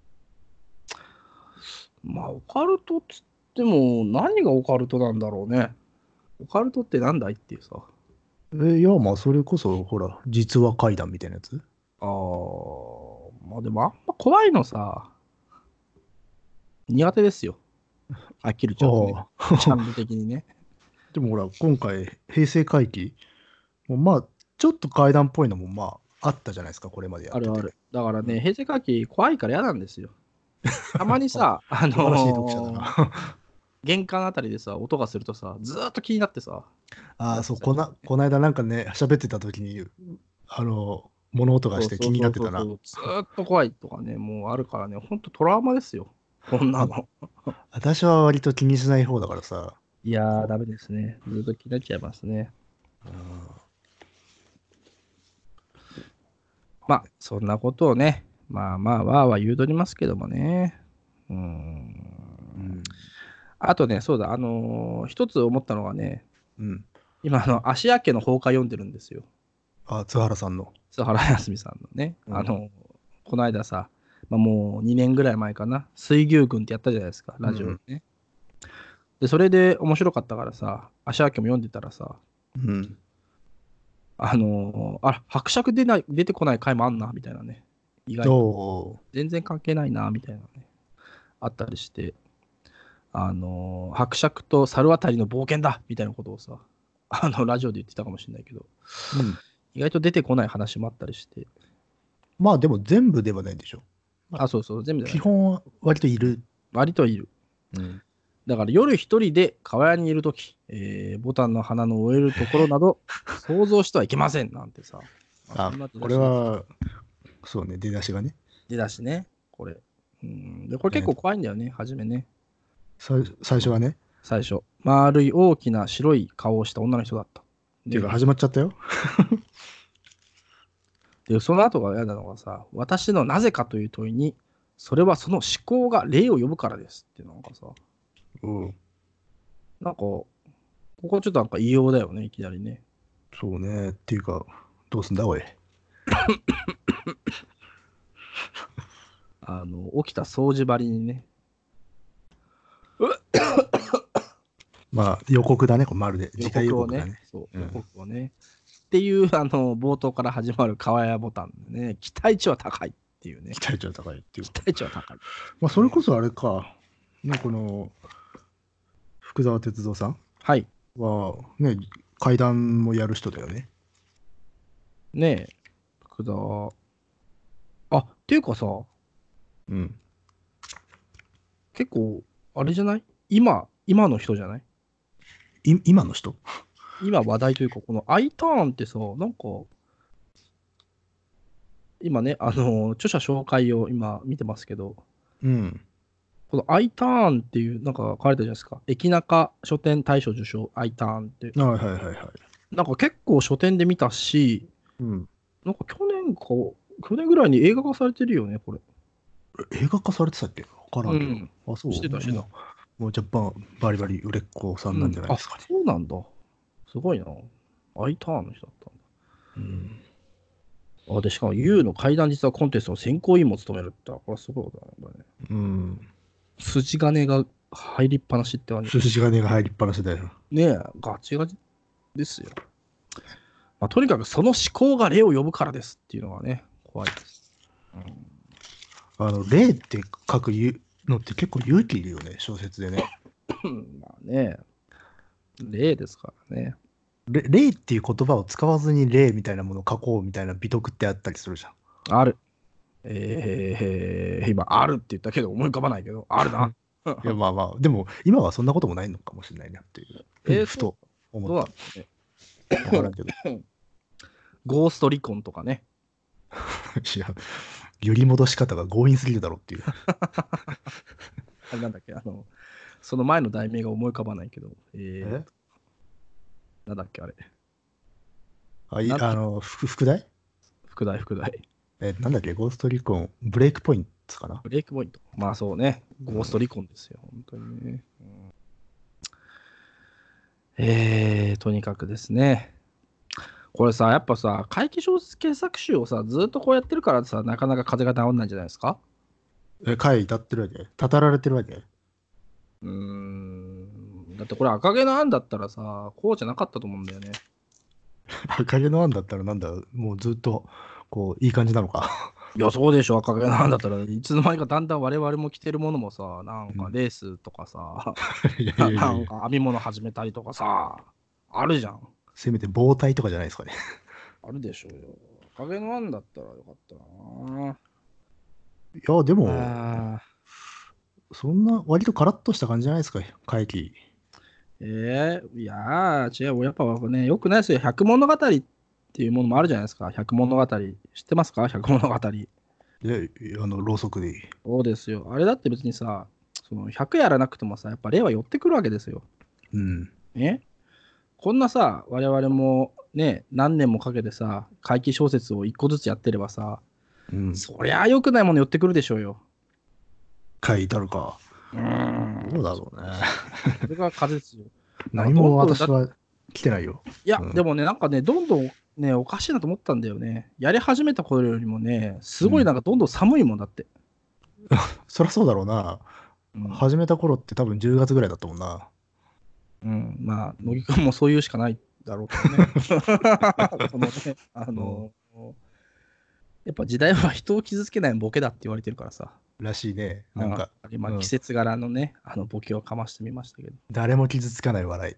まあ、オカルトっつっても、何がオカルトなんだろうね。オカルトってなんだいっていうさ。 いや、まあ、それこそ、ほら、実話怪談みたいなやつ。 まあでもあんま怖いのさ、苦手ですよ。はっきり言っちゃうとね。 あジャンルあ。 的にね。 でもほら、今回、平成回帰、もうまあ、ちょっと怪談っぽいのも、まあ、あったじゃないですか、これまでやってて。 あるある。だからね、 うん。 平成回帰怖いから嫌なんですよ。たまにあ、 さ、 素晴らしい読者だな。 玄関あたりでさ、音がするとさ、ずーっと気になってさ、 ああ、そう、 やってたりして。 この間なんかね、喋ってた時に、物音がそうして気にそうそうなってたな。 そうそう、ずーっと怖いとかね、もうあるからね、ほんとトラウマですよ。こんなあ、 の。 私は割と気にしない方だからさ、 いやー、 こダメですね。ずーっと気になっちゃいますね。 う、うん、 まあ、そんなことをね、まあまあ、わーわー言うとりますけどもね。うーん。 うん、 あとね、そうだ、一つ思ったのがね、 うん。 今、芦屋家の放火読んでるんですよ。 津原さんの。 津原康美さんのね。 うん、 この間さ、まあ、もう2年ぐらい前かな、水牛群ってやったじゃないですか、ラジオうん、 でね。で、それで面白かったからさ、芦屋家も読んでたらさ、 うん。 伯爵出てこない回もあんな、みたいなね。意外と。 おー、 全然関係ないな、みたいなね。あったりして、伯爵と猿渡の冒険だみたいなことをさ、ラジオで言ってたかもしれないけど、 うん。 意外と出てこない話もあったりして、 まあでも全部ではないでしょ。まあ、 あ、そうそう、全部じゃない。 基本は割といる。 割といる。 うん。 だから夜一人で川屋にいるとき、ボタンの花の終えるところなど、想像してはいけませんなんてさ、そんな出こだしでれは、そうね、出だしがね。 出だしね、これ。で、これ結構怖いんだよね、初めね。 最初はね。 最初。丸い大きな白い顔をした女の人だった。で、 っていうか始まっちゃったよ。 その後が嫌なのがさ、私のなぜかという問いに、それはその思考が霊を呼ぶからですってなんかさ、 うん。 なんか、 ここちょっとなんか異様だよね、いきなりね。 そうね。っていうか、どうすんだ、おい。 起きた掃除張りにね。 まあ、予告だね、これまるで。 予次回予告をね告だね。。 そう、 うん予告をね。っていう、冒頭から始まる川谷ボタンでね、期待値は高いっていうね。 期待値は高いっていう期。待値は高い。 まあ、それこそあれか。ね、この、福沢哲三さんはい。 は、ね、怪談もやる人だよね。 ねえ、福沢。あ、っていうかさ、 うん。 結構、あれじゃない今の人じゃない今の人今話題というか、この I ターンってさ、なんか、今ね、著者紹介を今見てますけど、 うん。 この I ターンっていう、なんか書かれてるじゃないですか。駅中書店大賞受賞 I ターンって。 はいはいはいはい。 なんか結構書店で見たし、 うん。 なんか去年ぐらいに映画化されてるよね、これ。 映画化されてたっけわからんけど。 うん。 あ、そう。 してた。 もうジャパンバリバリ売れっ子さんなんじゃないですかね。 そうなんだ。すごいな。アイターンの人だったんだ。で、しかも U の怪談実話コンテストの選考委員も務めるって、これはすごいことだね、これね。 うん。 筋金が入りっぱなしって感じ。 筋金が入りっぱなしだよ。 ねえ、ガチガチですよ。まあ、とにかくその思考が霊を呼ぶからですっていうのがね、怖いです。 霊って書くのって結構勇気いるよね、小説でね。 まあね、霊ですからね。 霊っていう言葉を使わずに霊みたいなものを書こうみたいな美徳ってあったりするじゃん。 ある。今、あるって言ったけど思い浮かばないけど、あるな。 いやまあまあ、でも今はそんなこともないのかもしれないなっていう。ふと思どうなっんですかね。 た。わからんけど。 ゴースト離婚とかね。 いや、揺り戻し方が強引すぎるだろうっていう。 あれなんだっけ、その前の題名が思い浮かばないけど、なんだっけ、あれ。 副題副題。 なんだっけ、ゴースト離婚、ブレイクポイントかな。 ブレイクポイント。まあそうね、ゴースト離婚ですよ、本当にね。とにかくですね。これさ、やっぱさ、怪奇小説傑作集をさ、ずっとこうやってるからさ、なかなか風が治んないんじゃないですか。 回立ってるわけ語られてるわけだってこれ赤毛のアンだったらさ、こうじゃなかったと思うんだよね。 赤毛のアンだったらなんだ、もうずっと、こう、いい感じなのか。 いや、そうでしょ、赤毛のアンだったらいつの間にかだんだん我々も着てるものもさ、なんかレースとかさ、 いやいやいやなんか編み物始めたりとかさ、あるじゃん。 せめて棒体とかじゃないですかね。 あるでしょうよ。赤毛のアンだったらよかったな。 いや、でも、 あそんな割とカラッとした感じじゃないですか、怪奇。 いやー、違う、やっぱね、よくないですよ。百物語っていうものもあるじゃないですか。百物語。知ってますか百物語。 で、ろうそくでいい。 そうですよ。あれだって別にさ、その100やらなくてもさ、やっぱ霊は寄ってくるわけですよ。 うん。 ね。こんなさ、我々もね、何年もかけてさ、怪奇小説を一個ずつやってればさ、そりゃあ良くないもの寄ってくるでしょうよ。 書いてあるか。どうだろうね。 それが風ですよ。 何も私は来てないよ。 いや、でもね、なんかね、どんどんね、おかしいなと思ったんだよね。やり始めた頃よりもね、すごいなんかどんどん寒いもんだって。 そりゃそうだろうな。始めた頃って多分10月ぐらいだったもんな。 まあ、乃木くんもそういうしかないだろうけどね。そのね、やっぱ時代は人を傷つけないボケだって言われてるからさ。 らしいね。なんか。 今、季節柄のね、ボケをかましてみましたけど。 誰も傷つかない笑い。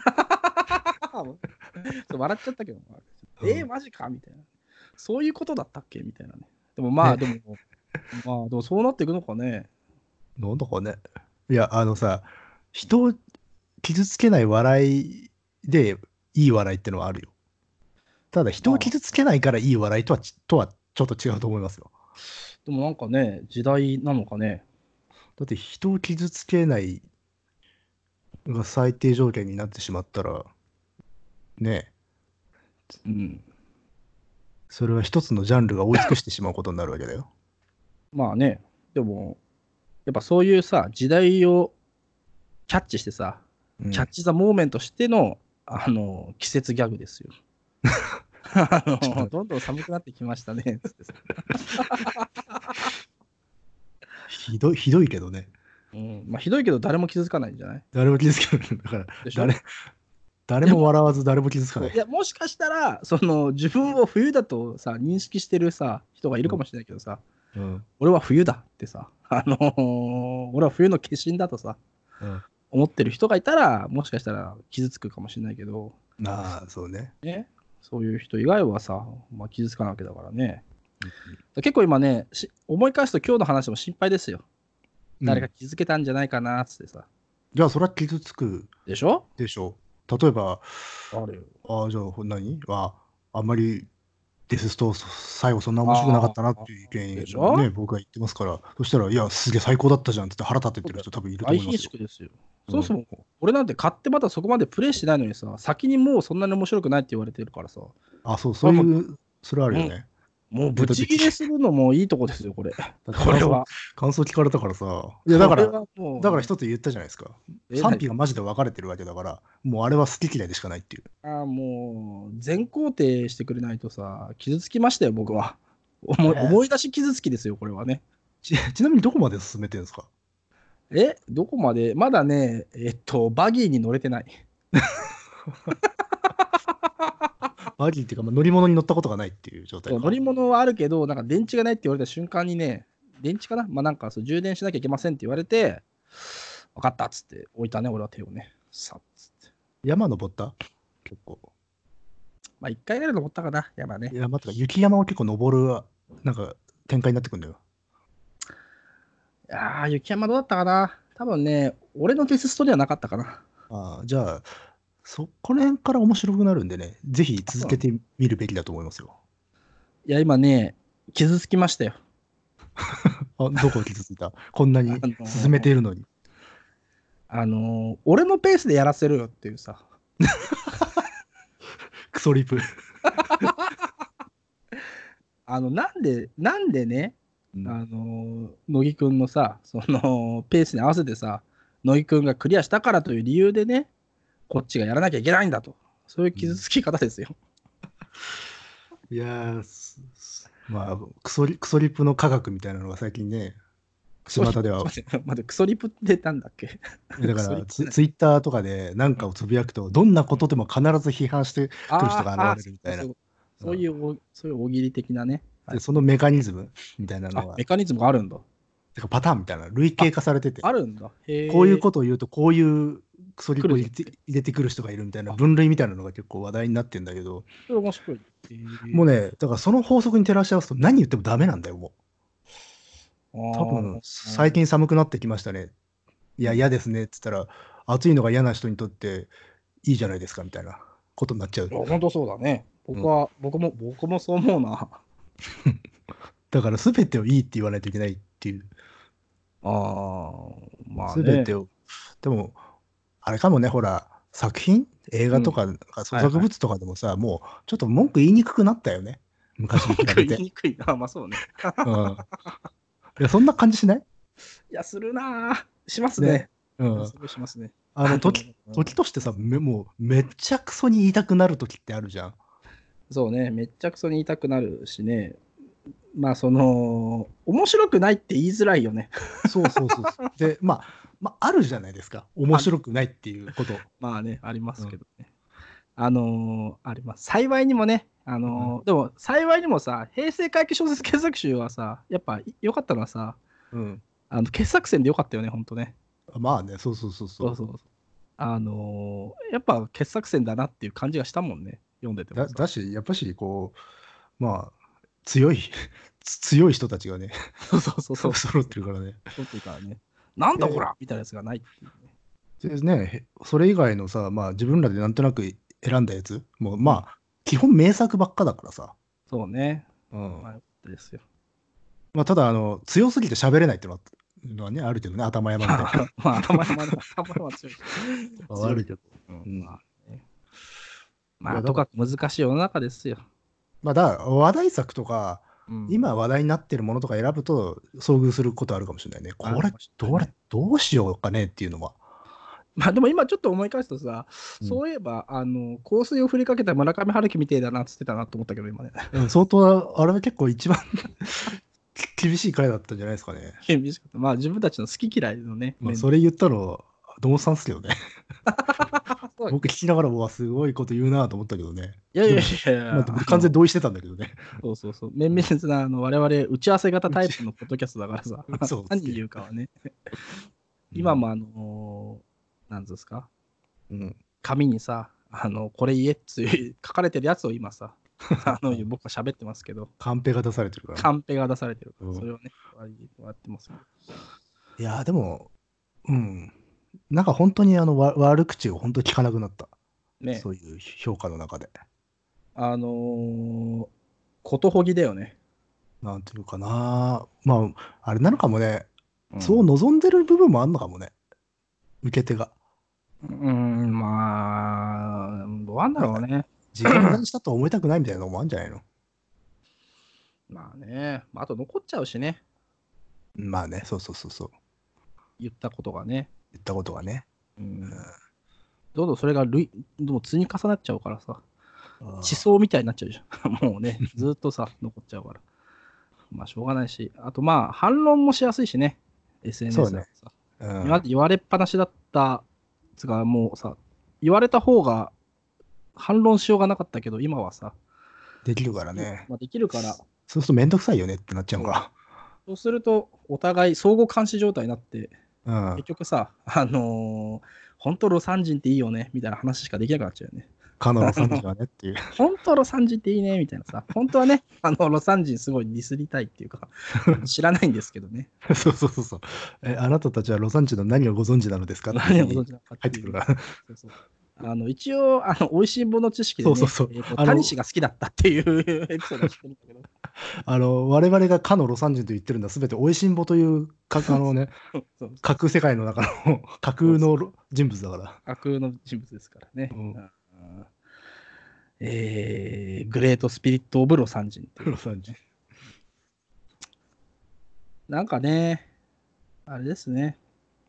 笑っちゃったけど、マジかみたいな。そういうことだったっけみたいなね。でもまあ、でもそうなっていくのかね。 なんだかね。いや、さ、人を傷つけない笑いでいい笑いってのはあるよ。ただ、人を傷つけないからいい笑いとはちょっと違うと思いますよ。 でもなんかね、時代なのかね。 だって人を傷つけないが最低条件になってしまったら、ねえ。それは一つのジャンルが追い尽くしてしまうことになるわけだよ。 まあね、でも、やっぱそういうさ、時代をキャッチしてさ、 うんキャッチ・ザ・モーメントしての、季節ギャグですよ。どんどん寒くなってきましたね。つってさひどいけどね。 まあ、ひどいけど誰も傷つかないんじゃない？ 誰も気づかない。だから、 でしょ？ 誰も笑わず誰も気づかない。 いや、もしかしたら、自分を冬だとさ、認識してるさ、人がいるかもしれないけどさ、 うん。 俺は冬だってさ、俺は冬の化身だとさ、 うん。 思ってる人がいたら、もしかしたら傷つくかもしれないけど、 ああ、そうね。 ね、そういう人以外はさ、まあ、傷つかないわけだからね。結構今ね、思い返すと今日の話も心配ですよ。誰か気づけたんじゃないかなっつってさ。 じゃあ、それは傷つくでしょ？ でしょう。例えば、 あるよ。 じゃあ、あんまりデススト最後そんな面白くなかったなっていうでしょ意見をね、僕が言ってますから、そしたら、いや、すげえ最高だったじゃんって腹立ててる人多分いると大貧思いますよ。 縮ですよ。そもそも、俺なんて買ってまだそこまでプレイしてないのにさ、先にもうそんなに面白くないって言われてるからさ。 そういう、それあるよね。 もうブチギレするのもいいとこですよ、これ。これは。 感想聞かれたからさ。いや、だから一一つ言ったじゃないですか。 え賛否がマジで分かれてるわけだから、もうあれは好き嫌いでしかないっていう。 もう、全肯定してくれないとさ、傷つきましたよ、僕は。思い出し傷つきですよ、これはね。 ちなみにどこまで進めてるんですか？ どこまでまだね、バギーに乗れてない。 バギーっていうか、乗り物に乗ったことがないっていう状態か。 乗り物はあるけど、なんか電池がないって言われた瞬間にね、電池かな、なんか充電しなきゃいけませんって言われて、分かったっつって置いたね、俺は手をね。さっつって。 山登った結構。 まあ、1回ぐらい登ったかな、山ね。 山とか雪山を結構登る、なんか展開になってくるんだよ。 雪山どうだったかな。多分ね、俺のテストではなかったかな。 じゃあ、そこら辺から面白くなるんでね、ぜひ続けてみるべきだと思いますよ。 いや、今ね、傷つきましたよ。 どこ傷ついた？こんなに進めているのに。 俺のペースでやらせるよっていうさ。 クソリプ。 なんでね、乃木くんのさ、ペースに合わせてさ、乃木くんがクリアしたからという理由でね、こっちがやらなきゃいけないんだと。そういう傷つき方ですよ。 いやー、クソリプの科学みたいなのが最近ね、巷では。 待って、クソリプってなんだっけ？ だからツイッターとかで何かをつぶやくと、どんなことでも必ず批判してくる人が現れるみたいな。 そういう大喜利的なね。 でそのメカニズムみたいなのが。 メカニズムがあるんだ。 てかパターンみたいな、類型化されてて。 あるんだ。 こういうことを言うと、こういうクソリプを入れてくる人がいるみたいな分類みたいなのが結構話題になってんだけど。 それ面白い。 もうね、だからその法則に照らし合わすと何言ってもダメなんだよ、もう。多分、最近寒くなってきましたね。いや、嫌ですねって言ったら、暑いのが嫌な人にとっていいじゃないですかみたいなことになっちゃう。 本当そうだね。僕もそう思うな。 だから全てをいいって言わないといけないっていう。 まあね。 全てを。でも、あれかもね、ほら、作品映画とか、創作物とかでもさ、もうちょっと文句言いにくくなったよね。昔に比べて。 言いにくい。まあそうね。 いや、そんな感じしない？ いや、するな。しますね。しますね。 時としてさ、もうめっちゃくそに言いたくなる時ってあるじゃん。 そうね、めっちゃくそに言いたくなるしね。まあ面白くないって言いづらいよね。 そう。で、あるじゃないですか。面白くないっていうこと。 まあね、ありますけどね。あります。幸いにもね、でも幸いにもさ、平成回帰小説傑作集はさ、やっぱ良かったのはさ、傑作選で良かったよね、ほんとね。 まあね、そう。 やっぱ傑作選だなっていう感じがしたもんね、読んでても。 だし、やっぱし、強い人たちがね、 そう揃ってるからね。 揃ってるからね。なんだこらみたいなやつがないっていうね。でね、それ以外のさ、自分らでなんとなく選んだやつ、もう基本名作ばっかだからさ。 そうね。ですよ。 ただ、強すぎて喋れないっていうのはね、あるけどね、頭山みたいな。 頭山は強い。 あるけど。 とかく難しい世の中ですよ。 だから話題作とか、今話題になってるものとか選ぶと遭遇することあるかもしれないね。これどうしようかねっていうのは。 まあでも今ちょっと思い返すとさ、 うんそういえば、香水を振りかけた村上春樹みてえだなっつってたなと思ったけど、今ね。 相当、あれは結構一番厳しい回だったんじゃないですかね。 厳しかった。まあ自分たちの好き嫌いのね、 まあ、 面それ言ったのは、どうさんっすけどね。 そう僕聞きながら、うわ、すごいこと言うなと思ったけどね。 いやいやいでも、 やいや、 まあ、俺完全に同意してたんだけどね。 そうそうそう。綿密な、我々、打ち合わせ型タイプのポッドキャストだからさ、 そうっすね何言うかはね。今もなんですか、 うん。 紙にさ、これ言えっつう書かれてるやつを今さ、僕は喋ってますけど、 カンペが出されてるからね。 カンペが出されてるから、 うんそれをね、やってますけど。 いやー、でも、うん。なんか本当に悪口を本当に聞かなくなった。 ね、 そういう評価の中で。 ことほぎだよね。 なんていうかな。まあ、あれなのかもね。 うん、 そう望んでる部分もあんのかもね。受け手が。 まあ、どうなんだなんか、 ろうね。 自分無駄にしたと思いたくないみたいなのもあるんじゃないの？ まあね、あと残っちゃうしね、 まあね、そうそうそうそう。 言ったことがね。 言ったことがね。 どんどんそれがどんどん積み重なっちゃうからさ、地あ層みたいになっちゃうじゃん。もうね、ずっとさ、残っちゃうから。まあ、しょうがないし、あとまあ、反論もしやすいしね、 そう SNS だね。 とさ。 うん。 今まで言われっぱなしだったつが、もうさ、言われた方が反論しようがなかったけど、今はさ、 できるからね。 まあ、できるから、 そうするとめんどくさいよねってなっちゃうそうかそうすると、お互い相互監視状態になって、 ら。うん。 結局さ、本当ロサン人っていいよね、みたいな話しかできなくなっちゃうよね。 カノロ3時はねっていう。 本当ロサン人っていいね、みたいなさ、本当はね、ロサン人すごいディスりたいっていうか、知らないんですけどね。 そうそうそうそう。あなたたちはロサンチの何をご存知なのですかって何をご存知なのかっていう。 入ってくるから。 そうそう一応、美味しいもの知識でね、 そうそうそうタニシが好きだったっていうエピソードは知ってるんだけど。 我々がかのロサン人と言ってるのは全ておいしんぼというね、 そうそう架空世界の中の架空の人物だから。 架空の人物ですからね。 うんグレートスピリット・オブ・ロサン人っていう、 ロサン人。 なんかね、あれですね。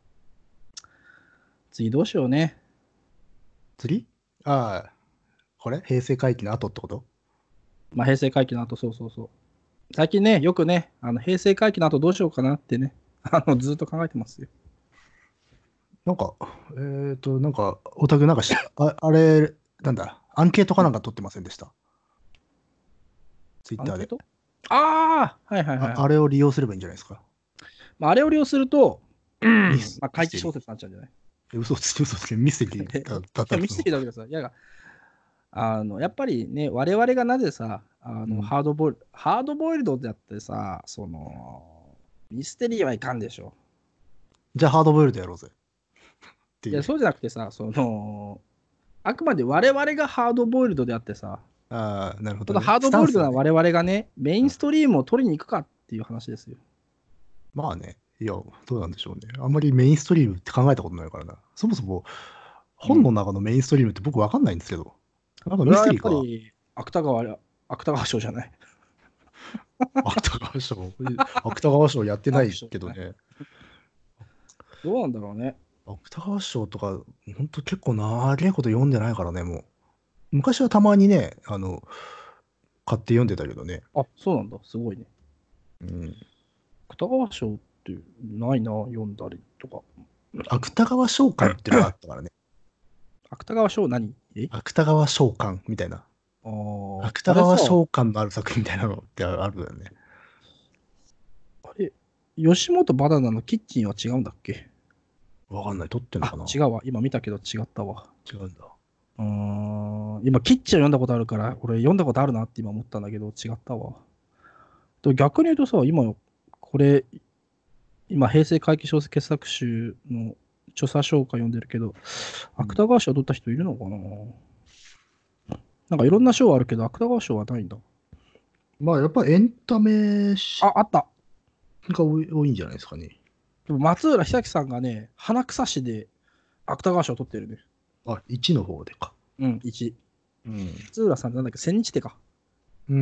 次どうしようね。 次ああ、これ平成回帰の後ってこと？ まあ、平成回帰の後、そうそうそう。最近ね、よくね、平成回帰の後どうしようかなってね、ずっと考えてますよ。 なんか、なんか、オタクなんかあれ、なんだ、アンケートかなんか取ってませんでした？ツイッターで。 アンケートああ、はいはいはい、はい。 あれを利用すればいいんじゃないですか？ まあ、あれを利用すると、 ミス、 まあ、 ミステリー。 怪奇小説になっちゃうんじゃない嘘つけ、ミステリーだったらいやミステリーだけどさ、いや、やっぱりね、我々がなぜさ、ハードボイルドであってさ、ミステリーはいかんでしょ。 じゃあハードボイルドやろうぜ。っていや、 いう。 そうじゃなくてさ、あくまで我々がハードボイルドであってさ、 ああ、なるほどね。 そのハードスタンスがね。 ボイルドな我々がね、メインストリームを取りに行くかっていう話ですよ。 まあね。いや、どうなんでしょうね。あんまりメインストリームって考えたことないからな。そもそも、本の中のメインストリームって僕わかんないんですけど。なんかそれはやっミステリーか。 ぱり、芥川賞じゃない。 芥川賞。芥川賞やってないけど芥川ね。 どうなんだろうね。 芥川賞とか、ほんと結構長いこと読んでないからね、もう。昔はたまにね、買って読んでたけどね。 あ、そうなんだ。すごいね。 うん。 芥川賞ってないな、読んだりとか。 芥川賞館っていうのがあったからね。 芥川賞芥川賞館みたいな。芥あれさ、 川賞館のある作品みたいなのってあるよね。 あれ、吉本バナナのキッチンは違うんだっけ？ わかんない。撮ってんのかな？ 違うわ。今見たけど違ったわ。 違うんだ。 今、キッチンを読んだことあるから、俺読んだことあるなって今思ったんだけど、違ったわ。逆に言うとさ、これ、今、平成回帰小説傑作集の著作紹介読んでるけど、芥川賞取った人いるのかな？なんかいろんな賞あるけど、芥川賞はないんだ。 まあ、やっぱエンタメあった。 が多いんじゃないですかね。 でも松浦久樹さんがね、花草市で芥川賞取ってるね。 あ、1の方でか。 うん、1。 うん。 松浦さんなんだっけ、千日手か。 うん。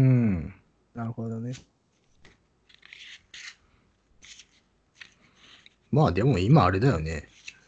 なるほどね。 まあ、でも今あれだよね。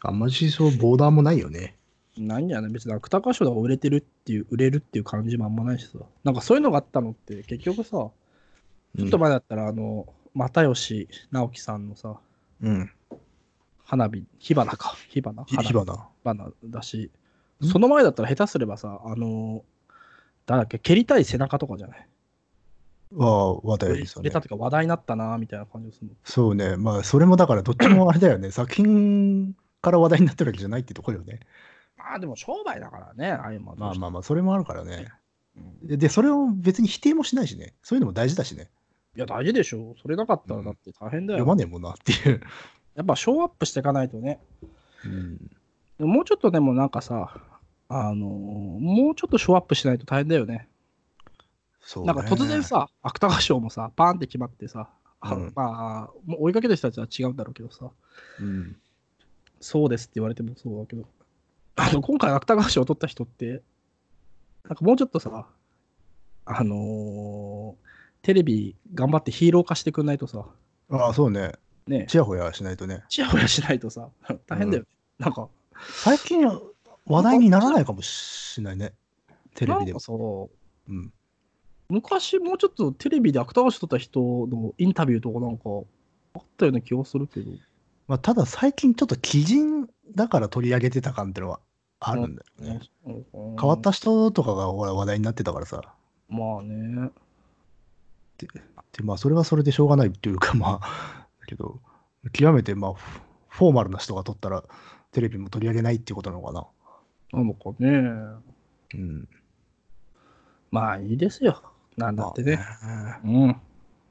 あんまりそう、ボーダーもないよね。 ないんじゃない別に芥川賞が売れるっていう感じもあんまないしさ。なんかそういうのがあったのって結局さ、ちょっと前だったら又吉直樹さんのさ、 うん。 花火、火花か。火花花火火花。 花だし、その前だったら下手すればさ、誰だっけ、蹴りたい背中とかじゃないは話題ですよね。 売れたというか話題になったなみたいな感じがするの。 そうね。まあ、それもだからどっちもあれだよね。作品から話題になってるわけじゃないってところよね。 まあでも商売だからね、ああいうのはどうしても。 まあまあまあ、それもあるからね。 うんで、それを別に否定もしないしね。そういうのも大事だしね。 いや、大事でしょ。それなかったらだって大変だよ。 読まねえもんなっていう。 やっぱショーアップしていかないとね。 うん。 でももうちょっとでもなんかさ、もうちょっとショーアップしないと大変だよね。 そうね。 なんか突然さ、芥川賞もさ、パーンって決まってさ、 うんまあ、もう追いかける人たちは違うんだろうけどさ、 うん。 そうですって言われてもそうだけど、今回芥川賞を取った人って、なんかもうちょっとさ、あのーテレビ頑張ってヒーロー化してくんないとさ、 ああ、そうね。 ね、 ちやほやしないとね。 ちやほやしないとさ、大変だよね。なんか、 最近話題にならないかもしれないね。テレビでも。 なんかさ、 うん。 昔もうちょっとテレビで芥川賞取った人のインタビューとかなんかあったような気がするけど、 まあ、ただ最近ちょっと鬼人だから取り上げてた感ってのはあるんだよね。変わった人とかがほら話題になってたからさ。 まあね。 で、まあ、それはそれでしょうがないっていうか、まあ、だけど、極めて、まあ、フォーマルな人が取ったら、テレビも取り上げないっていうことなのかな。 なのかね。 うん。 まあいいですよ。なんだっまあてね。 ね。 うん。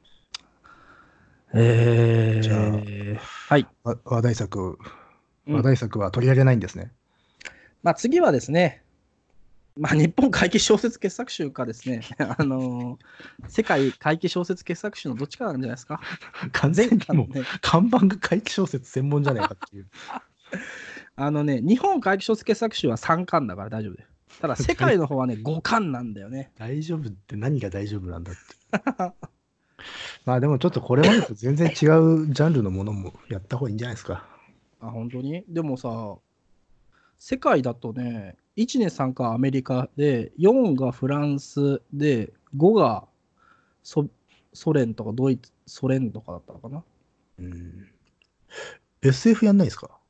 じゃあ、 はい。 話題作、 うん。 話題作は取り上げないんですね。 まあ次はですね、まあ日本怪奇小説傑作集かですね、世界怪奇小説傑作集のどっちかなんじゃないですか。 完全にもう、 ね、 看板が怪奇小説専門じゃないかっていう。 日本怪奇小説傑作集は3巻だから大丈夫だよ。ただ世界の方はね、5巻なんだよね。 大丈夫って何が大丈夫なんだって。まあでもちょっとこれまでと全然違うジャンルのものもやった方がいいんじゃないですか。 あ、本当にでもさ、世界だとね、1年3巻アメリカで、4がフランスで、5がソソ連とかドイツ、ソ連とかだったのかな。 うん。SF やんないですか？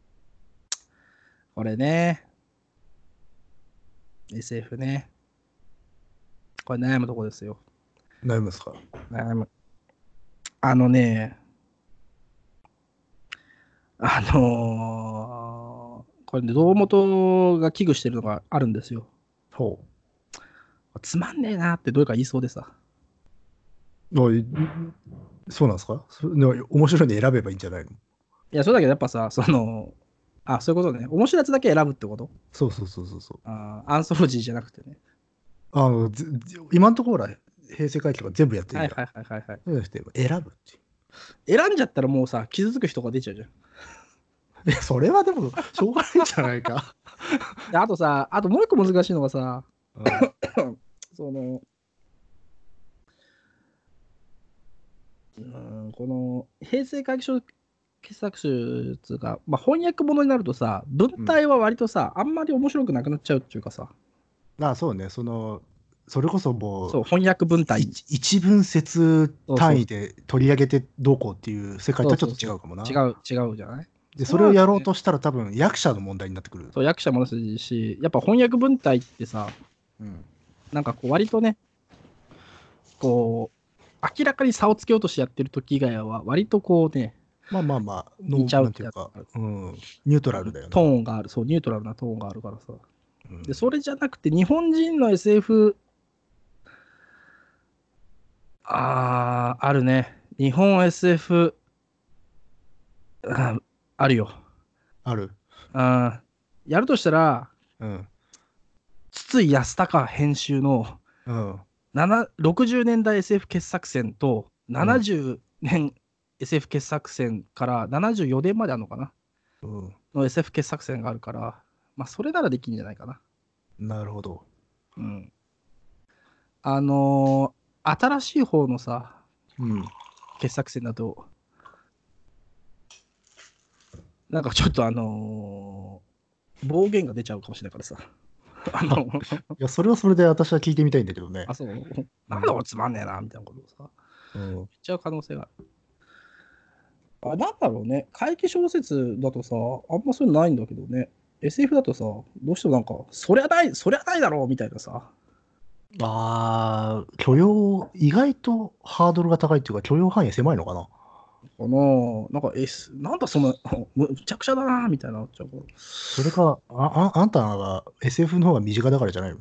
これね、SF ね。これ悩むとこですよ。 悩むんですか？ 悩む。あのね、これね、堂本が危惧してるのがあるんですよ。 ほつまんねえなってどういうか言いそうでさ。 う。そうなんですか？面白いの選べばいいんじゃないの？ いや、そうだけどやっぱさ、そういうことね。面白いやつだけ選ぶってことそうそうそうそうそう。 アンソロジーじゃなくてね。 今のところは平成回帰とか全部やってるじゃん。 はいはいはいはいはい。 そうじゃなくて選ぶっていう。 選んじゃったらもうさ、傷つく人が出ちゃうじゃん。 いや、それはでもしょうがないんじゃないか。 であとさ、あともう一個難しいのがさ、 うん。 その、この平成回帰小傑作集つうか、まあ、翻訳物になるとさ、文うん。 体は割とさ、あんまり面白くなくなっちゃうっていうかさ、 そうね。それこそもう、 そう、翻訳文体。 一文節そうそう単位で取り上げてどうこうっていう世界とはちょっとそうそうそう。 違うかもな。 違うじゃないで、 そうなるとそれをやろうね、 としたら多分役者の問題になってくる。 そう、役者もですし、やっぱ翻訳文体ってさ、 うん。 なんかこう割とね、こう、明らかに差をつけようとしてやってる時以外は、割とこうね、 まあまあまあ、 似ちゃうってなんていうか、 やつがある。 うん、ニュートラルだよトな。 ーンがある、そう、ニュートラルなトーンがあるからさ。 うんで、それじゃなくて、日本人の SF、あるね。日本 SF、あるよ。 ある。 やるとしたら、 うん。 筒井康隆編集のうん。 60年代 SF 傑作選とうん。 70年 SF 傑作選から74年まであるのかなうん。 の SF 傑作選があるから、まあ、それならできるんじゃないかな。 なるほど。 うん。新しい方のさ、 うん。 傑作選だと、 なんかちょっと暴言が出ちゃうかもしれないからさ。 いや、それはそれで私は聞いてみたいんだけどね。 あ、そう。なんだこれつまんねえな、みたいなことをさ、 うん。 言っちゃう可能性がある。なんだろうね。怪奇小説だとさ、あんまそういうのないんだけどね。SF だとさ、どうしてもなんか、そりゃないだろうみたいなさ。 ああ、許容、意外とハードルが高いっていうか、許容範囲狭いのかな。 なんか、なんだその、むちゃくちゃだなみたいななっちゃうから。 それか、あんたが SF の方が身近だからじゃないの？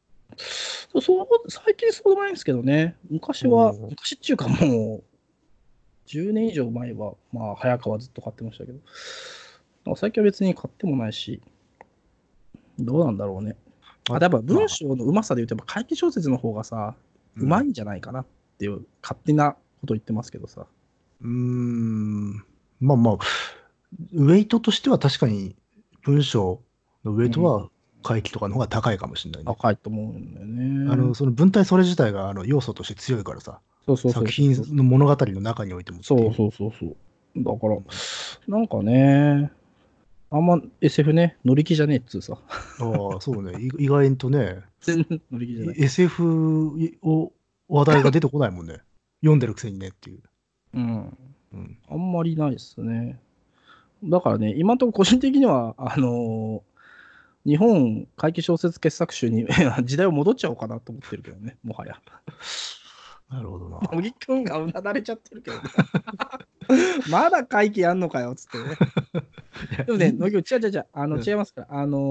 最近そうでもないんですけどね。 お昔っていうかもう、10年以上前は、まあ、早川ずっと買ってましたけど、なんか最近は別に買ってもないし、どうなんだろうね。 あ、 やっぱ文まあ、 章のうまさで言うと、やっぱ怪奇小説の方がさ、 うん。 うまいんじゃないかなっていう勝手なこと言ってますけどさ。 うーん。まあまあ、ウェイトとしては確かに文章のウェイトはうん。 回帰とかの方が高いかもしれないね。 高いと思うんだよね。 その文体それ自体が要素として強いからさ、 そうそうそう作品そう。 の物語の中においてもっていう。 そうそうそうそう。だから、 うん。 なんかね、あんま SF ね、乗り気じゃねえっつうさ。 ああ、そうね。意外とね、 全然乗り気じゃない。 SF を話題が出てこないもんね。読んでるくせにねっていう。 うん。 うん。 あんまりないですね。だからね、今のところ個人的には、日本怪奇小説傑作集に時代を戻っちゃおうかなと思ってるけどね、もはや。 なるほどな。 乃木くんがうなだれちゃってるけどね。まだ怪奇やんのかよ、つってね。 いや、 でもね、乃木くん、違う違う違う、 うん。 違いますから。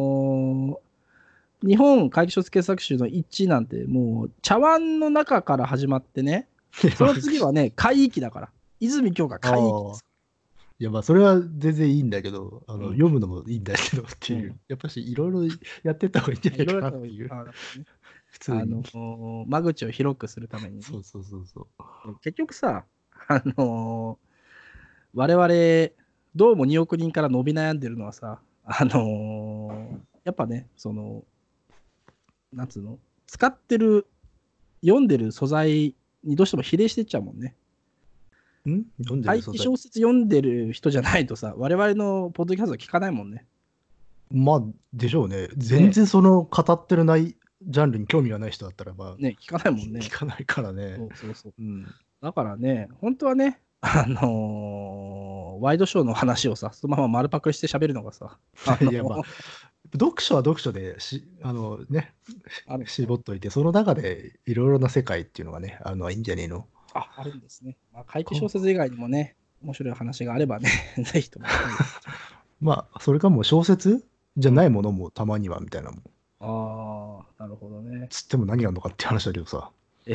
日本怪奇小説傑作集の一致なんて、もう茶碗の中から始まってね、 いや、 その次はね、怪異記だから。泉鏡が怪異記でああ。 す。 いや、まあ、それは全然いいんだけど、 うん。 読むのもいいんだけどっていう。 うん。 やっぱし、いろいろやってった方がいいんじゃないかいろいろやった方がいい。 なっていう。 なるほどね。 普通に。 間口を広くするためにね。 そうそうそうそう。 結局さ、我々、どうも2億人から伸び悩んでるのはさ、やっぱね、なんつうの、使ってる、読んでる素材にどうしても比例してっちゃうもんね。 読んでる怪素材。 奇小説読んでる人じゃないとさ、我々のポッドキャスト聞かないもんね。 まあ、でしょうね。全ね然その語ってるないジャンルに興味がない人だったら、まあ、 ね、聞かないもんね。 聞かないからね。 そうそうそう。 うん。 だからね、本当はね、ワイドショーの話をさ、そのまま丸パクして喋るのがさ、 いや、まあ、読書は読書でね、 あるんですね。 絞っといて、その中でいろいろな世界っていうのがね、あるのはいいんじゃねえの？ あるんですね。まあ、怪奇小こ説以外にもね、面白い話があればね、ぜひとも聞きたいです。 まあ、それかもう小説じゃうん。 ないものもたまにはみたいなもん。 ああ、なるほどね。 つっても何があるのかって話だけどさ。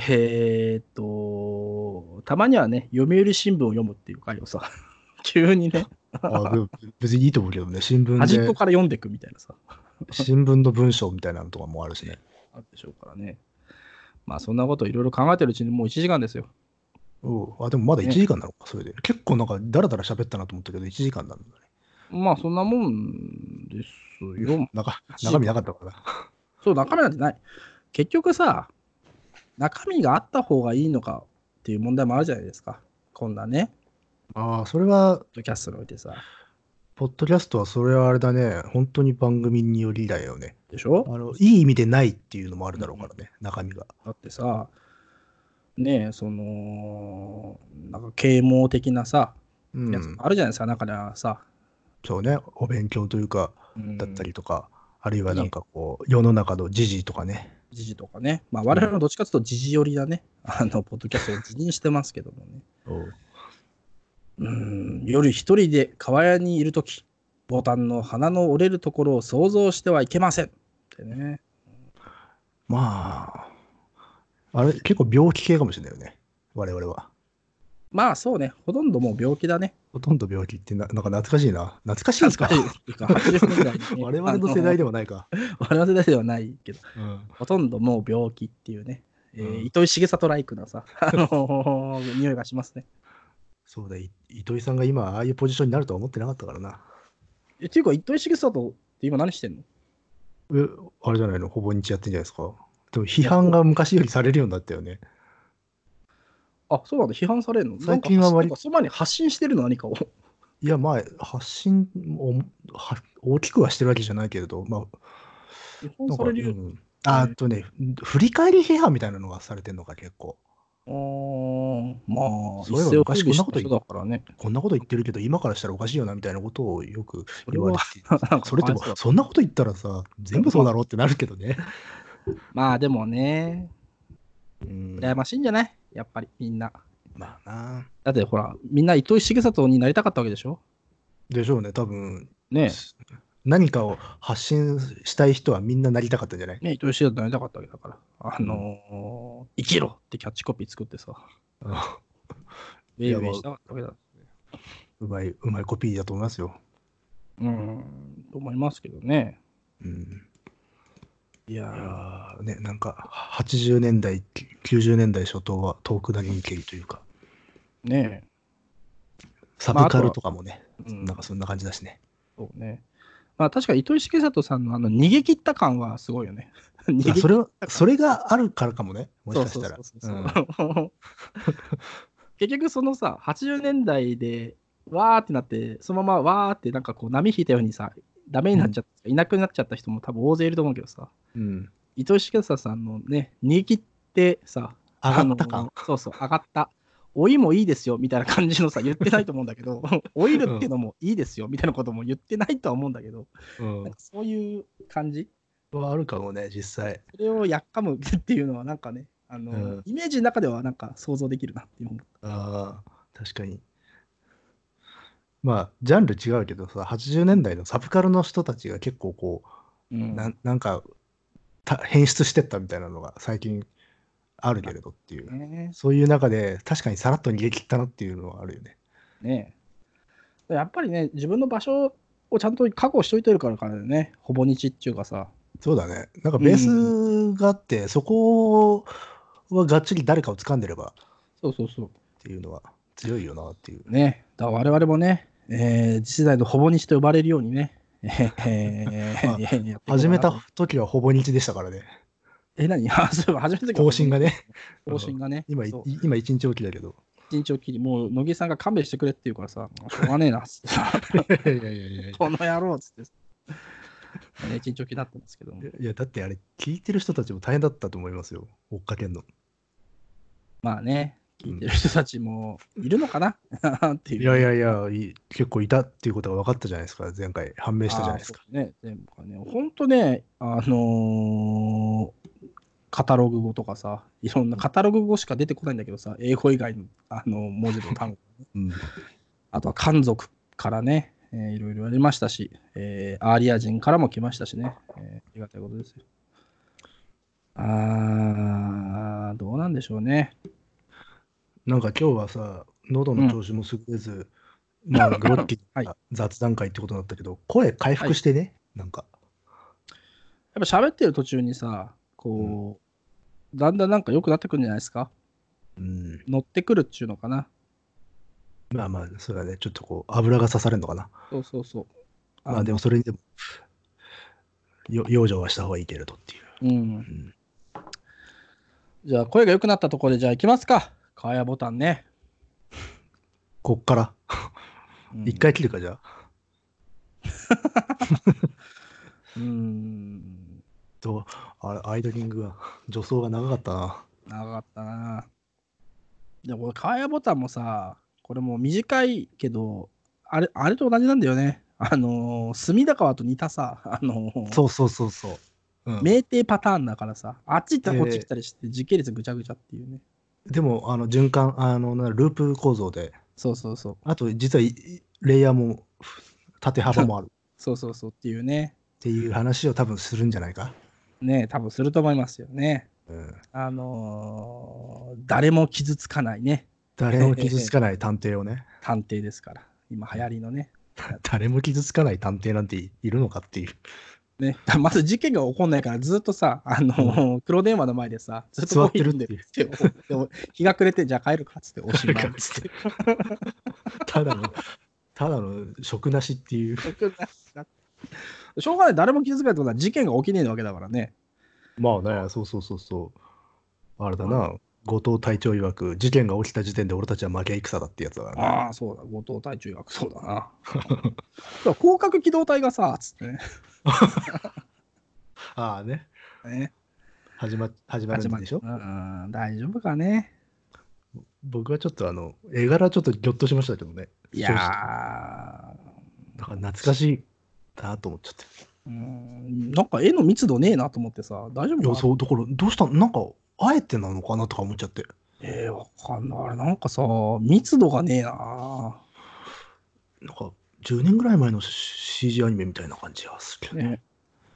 たまにはね、読売新聞を読むっていう回をさ、急にね、 でも別にいいと思うけどね、新聞端っこで、 から読んでいくみたいなさ、 新聞の文章みたいなのとかもあるしね。 あるでしょうからね。まあ、そんなこといろいろ考えてるうちにもう1時間ですよ。 でもまだ1 ね。 時間なのか、それで。結構なんかダラダラ喋ったなと思ったけど、1時間なんだまあ、そんなもんですね。 よ。1 中身な時間。 かったからな。 そう、中身なんてない。結局さ、中身があった方がいいのかっていう問題もあるじゃないですか。こんなね、 それは、 ポッドキャストにおいてさ。 ポッドキャストはそれはあれだね。本当に番組によりだよね。 でしょ？ いい意味でないっていうのもあるうんうん。 だろうからね、中身が。 だってさ、ねえ、なんか啓蒙的なさ、やつうん。 あるじゃないですか、中ではさ、 そうね、お勉強というか、 うだったん、 りとか、あるいはなんに、 かこう、世の中の時事とかね。 時事とかね。まあ、 うん。 我々はどっちかというと時事寄りだね。ポッドキャストを辞任してますけどもね。 そう。 夜一人で川屋にいるとき、ボタンの花の折れるところを想像してはいけません。ってね。 まあれ、結構病気系かもしれないよね。我々は。 まあそうね、ほとんどもう病気だね。 ほとんど病気ってなんか懐かしいな。懐かしいんすか？ 懐かしいっていうか、80年代にね、 我々の世代ではないか。 我々世代ではないけど、 うん。 ほとんどもう病気っていうね、 うん。 糸井重里ライクなさ、匂いがしますね。 そうだ、糸井さんが今、ああいうポジションになるとは思ってなかったからな。 っていうか、糸井重里って今何してんの？ え、あれじゃないの、ほぼ日やってんじゃないですか。でも批いや、そう。 判が昔よりされるようになったよね。 あ、そうなんだ、批判されるの？な最んか近は割り、 そばに発信してるの何かを。 いや、まあ、発信を大きくはしてるわけじゃないけれど、まあ、 基本なんか、 それ流。 あとね、振り返り批判みたいなのがされてるのが結構。 まあ、一そういえば世を風昔こんなこと靡した人だからね。 こんなこと言ってるけど、今からしたらおかしいよなみたいなことをよくそれは言われて、 なんかそれってもう、 かわいそうだ。 そんなこと言ったらさ、全部そうだろうってなるけどね。 まあでもね、 うん、 羨ましいんじゃないやっぱりみんな。 まあな。 だってほら、みんな糸井重里になりたかったわけでしょ。 でしょうね、多分、 ね何かを発信したい人はみんななりたかったんじゃない？ え、糸井重里になりたかったわけだから。 うん、 生きろってキャッチコピー作ってさ、 あウェいや、まあ、 イウェイしたかったわけだ。 うまいコピーだと思いますよ。 と思いますけどね。 うん。 いやいやー、 ね、なんか、80年代、90年代初頭は遠くなりにけりというか、 ねえ。 サブカまああとは、 ルとかもね、なんかそんな感じだしね。 そうね。まあ確か糸井重里さんの逃げ切った感はすごいよね。逃げ切っそれがあるからかもね、もしそうそうかしたら。 そうそう。結局そのさ、80年代でわーってなって、そのままわーってなんかこう波引いたようにさ、ダメになっちゃった、いなくなっちゃった人も多分大勢いると思うけどさ、 うん。 糸井重里さんのね、逃げ切ってさ、 上がった感。 そうそう、上がった。老いもいいですよみたいな感じのさ、言ってないと思うんだけど、老いるっていうのもいいですよみたいなことも言ってないとは思うんだけど、 うん。 なんかそういう感じ、 はあるかもね、実際。 それをやっかむっていうのはなんかね、 うん。 イメージの中ではなんか想像できるなっていう思う。 ああ、確かに。まあ、ジャンル違うけどさ、80年代のサブカルの人たちが結構こう、 うん。 なんか変質してったみたいなのが最近あるまあけれどっていう。 ねそういう中で確かにさらっと逃げ切ったなっていうのはあるよね。 ねやっぱりね、自分の場所をちゃんと確保しといてるからね、ほぼ日っていうかさ。 そうだね。なんかうベーん。 スがあって、そこはがっちり誰かを掴んでればそうそうそっていうのは強いよなっていう。 う。ね。だから我々もね、次世代のほぼ日と呼ばれるようにね、 まあ、 やっていこう始めたかなと。 時はほぼ日でしたからね。 何そういえば始めた時はほぼ日。 更新がね。 更新がね、 今、 そう。 今一日おきだけど。 一日おきに、もう乃木さんが勘弁してくれって言うからさ、しょうがねえなっつってさ、 いやいやいやいやいこの野郎っつってさ、ね、一日おきだったんですけども。 や。いや、だってあれ、聞いてる人たちも大変だったと思いますよ。追っかけんの。 まあね、 うん、 聞いてる人たちもいるのかなっていういやいね。 やいや、結構いたっていうことが分かったじゃないですか。前回判明したじゃああ、 ないですか。 そうね。全部かね。ほんとね、カタログ語とかさ、いろんなカタログ語しか出てこないんだけどさ、英語以外の、文字の単語、ね。 うん。 あとは漢族からね、いろいろありましたし、アーリア人からも来ましたしね、ありがたいことですよ。どうなんでしょうね。 なんか今日はさ、喉のうん。 調子も優れず、まあ、グロッキーはい。 な雑談会ってことだったけど、声回はい。 復してね、なんか。 やっぱ喋ってる途中にさ、 うん。 こう、だんだんなんか良くなってくるんじゃないですか。 うん、 乗ってくるっていうのかな。 まあまあ、それはね、ちょっとこう、油が刺されるのかな。 そうそうそう。 まあでも、それにでも、養生はした方がいいけれどっていう。 うん。 うん、 じゃあ、声が良くなったところで、じゃあ行きますか。カーヤボタンね。 こっから、 うん。 一回切るか、じゃあ。 うーん。 と、アイドリングが、助走が長かったな。 長かったな。でも、これ、カーヤボタンもさ、これもう短いけど、あれと同じなんだよね。隅田川と似たさ、 そうそうそうそう。うん。 酩酊パターンだからさ、あっち行ったらこっち来で、 たりして、時系列ぐちゃぐちゃっていうね。 でも、循環、ループ構造で、 そうそうそう。 あと、実はレイヤーも、縦幅もあるっそうそうそうっていうね。 ていう話を多分するんじゃないか。 ね、多分すると思いますよね。 うん。 誰も傷つかないね。 誰も傷つかない探偵をね。 探偵ですから。今流行りのね。 誰も傷つかない探偵なんているのかっていう。 ね、まず事件が起こんないからずっとさ、 うん黒電話の前でさ、ずっと座っコーヒー飲んでてるっていう。 るってで日が暮れて、じゃあ帰るかっつっておしまいっつって。 ただの、ただの食なしっていう。 しょうがない、誰も傷つかないってことは事件が起きねえわけだからね。 まあね、そうそうそうそう。あれだな。 後藤隊長曰く、事件が起きた時点で俺たちは負け戦だってやつだからね。 ああ、そうだ、後藤隊長曰くそうだな。そう広角機動隊がさ、つってね。 ああね。 ね始まるんでしょ。 大丈夫かね。 僕はちょっと絵柄ちょっとギョッとしましたけどね。 いやー、 だから懐かしいなと思っちゃって。 なんか絵の密度ねえなと思ってさ、大丈夫かな。 いや、そう、だから、どうしたなんか、あえてなのかなとか思っちゃって。 わかんない。あれなんかさ、密度がねえな。 なんか、10年ぐらい前の CG アニメみたいな感じがするけどね。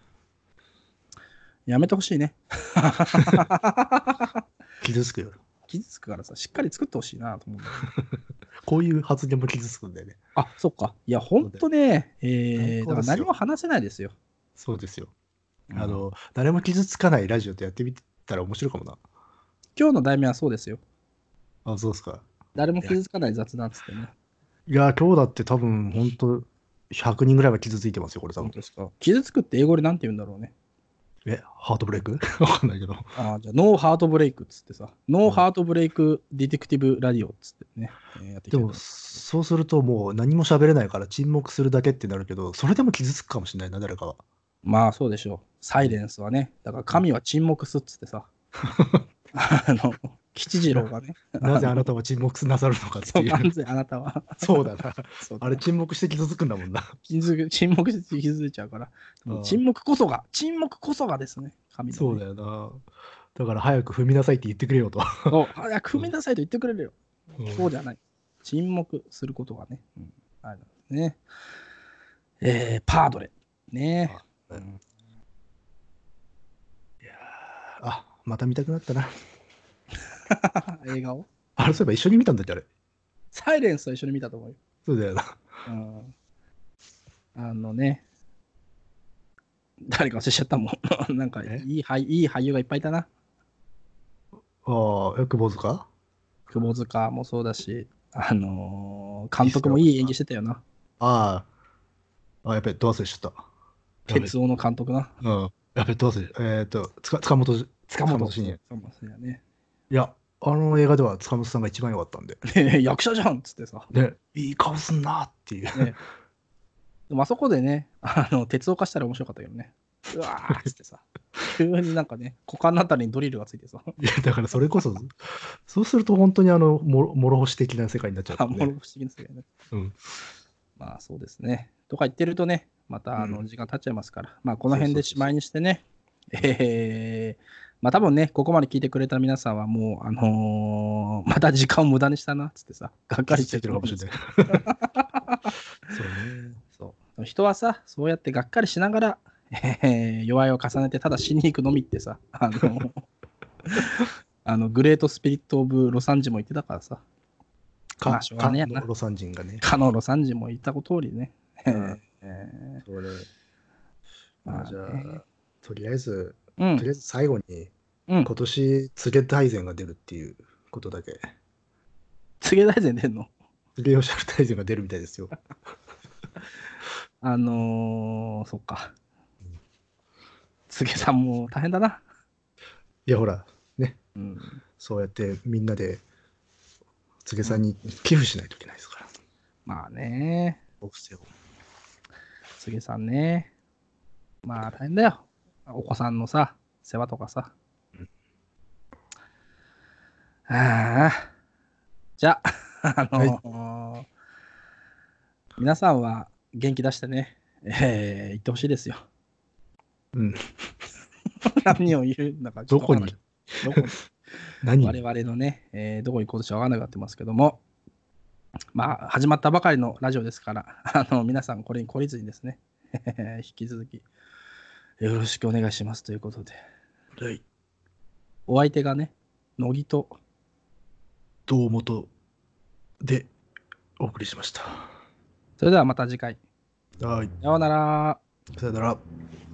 やめてほしいね。 傷つくよ。 傷つくからさ、しっかり作ってほしいなと思うんだよね。 こういう発言も傷つくんだよね。 あ、そっか。いや、ほんとね、だから最高ですよ何も話せないですよ。 そうですよ。 うん誰も傷つかないラジオってやってみたら面白いかもな。 今日の題名はそうですよ。 あ、そうですか。 誰も傷つかない雑談っつってね。 いや、今日だって多分、本当100人ぐらいは傷ついてますよ、これ多分。 本当ですか。傷つくって英語でなんて言うんだろうね。 ハートブレイクわかんないけど。 じゃあ、ノーハートブレイクっつってさ、ノーハートブレイクディテクティブラディオっつってね、やっていきたいとでも、 思いますそうするともう何も喋れないから沈黙するだけってなるけど、それでも傷つくかもしれないな、誰かは。 まあ、そうでしょう。サイレンスはね、だから神は沈黙すっつってさ、吉次郎がね、 なぜあなたは沈黙なさるのかってそう、 いう。 なぜあなたは、 そうだな。 そうだあれ沈黙して傷つくんだもんな。 沈黙して気づいちゃうから、沈黙こそがですね、神のね。 そうだよな。だから早く踏みなさいって言ってくれよと。 早く踏みなさいと言ってくれるよ。そうじゃない。沈黙することがね。あれなんですね。パードレ。ね。 また見たくなったな。 映画をあれ、そういえば一緒に見たんだっけ、あれ。 サイレンスと一緒に見たと思うよ。 そうだよな。 誰か忘れちゃったもん。なんかいい俳優がいっぱいいたな。 久保塚窪塚もそうだし、監督もいい演技してたよな。 やべ、ど忘れしちゃった。 鉄夫の監督な。 やべ、ど忘れ。塚本慎也。 塚本慎也ね。 いや、あの映画では塚本さんが一番良かったんで。 役者じゃんっつってさ。 ね、いい顔すんなっていう。 でもあそこでね、鉄夫化したら面白かったけどね。うわーっつってさ。急になんかね、股間のあたりにドリルがついてさ。 いや、だからそれこそ、そうすると本当に諸星的な世界になっちゃう、 諸不思議な世界ね。まあそうですね。とか言ってるとね、また時間経っちゃいますから、まあこの辺でしまいにしてね、まあ多分ね、ここまで聞いてくれた皆さんはもう、また時間を無駄にしたなっつってさ、がっかりしてるかもしれない。 そうね。そう。人はさ、そうやってがっかりしながら、弱いを重ねてただ死に行くのみってさ、グレートスピリット・オブ・ロサンジも言ってたからさ。まあ、しょうがねえやな。 ロサン人がね。 カノロサンジも言った通りね。 それ。まあじゃあ、とりあえず最後に、今年、告げ大全が出るっていうことだけ。 告げ大全出んの？ 告げよしゃる大全が出るみたいですよ。 そっか。告げさんも大変だな。 いや、ほら、ね。そうやってみんなで、告げさんに寄付しないといけないですから。 まあね。告げさんね。まあ大変だよ。お子さんのさ、世話とかさ。じゃあ、皆さんは元気出してね、言ってほしいですよ。何を言うんだかちょっと分からない。我々のね、どこに行こうとして分からなくなってますけども、まあ、始まったばかりのラジオですから、皆さんこれに懲りずにですね、引き続きよろしくお願いしますということで。 はい。 お相手がね、乃木と堂本でお送りしました。 それではまた次回。 はい。 さようなら。 さよなら。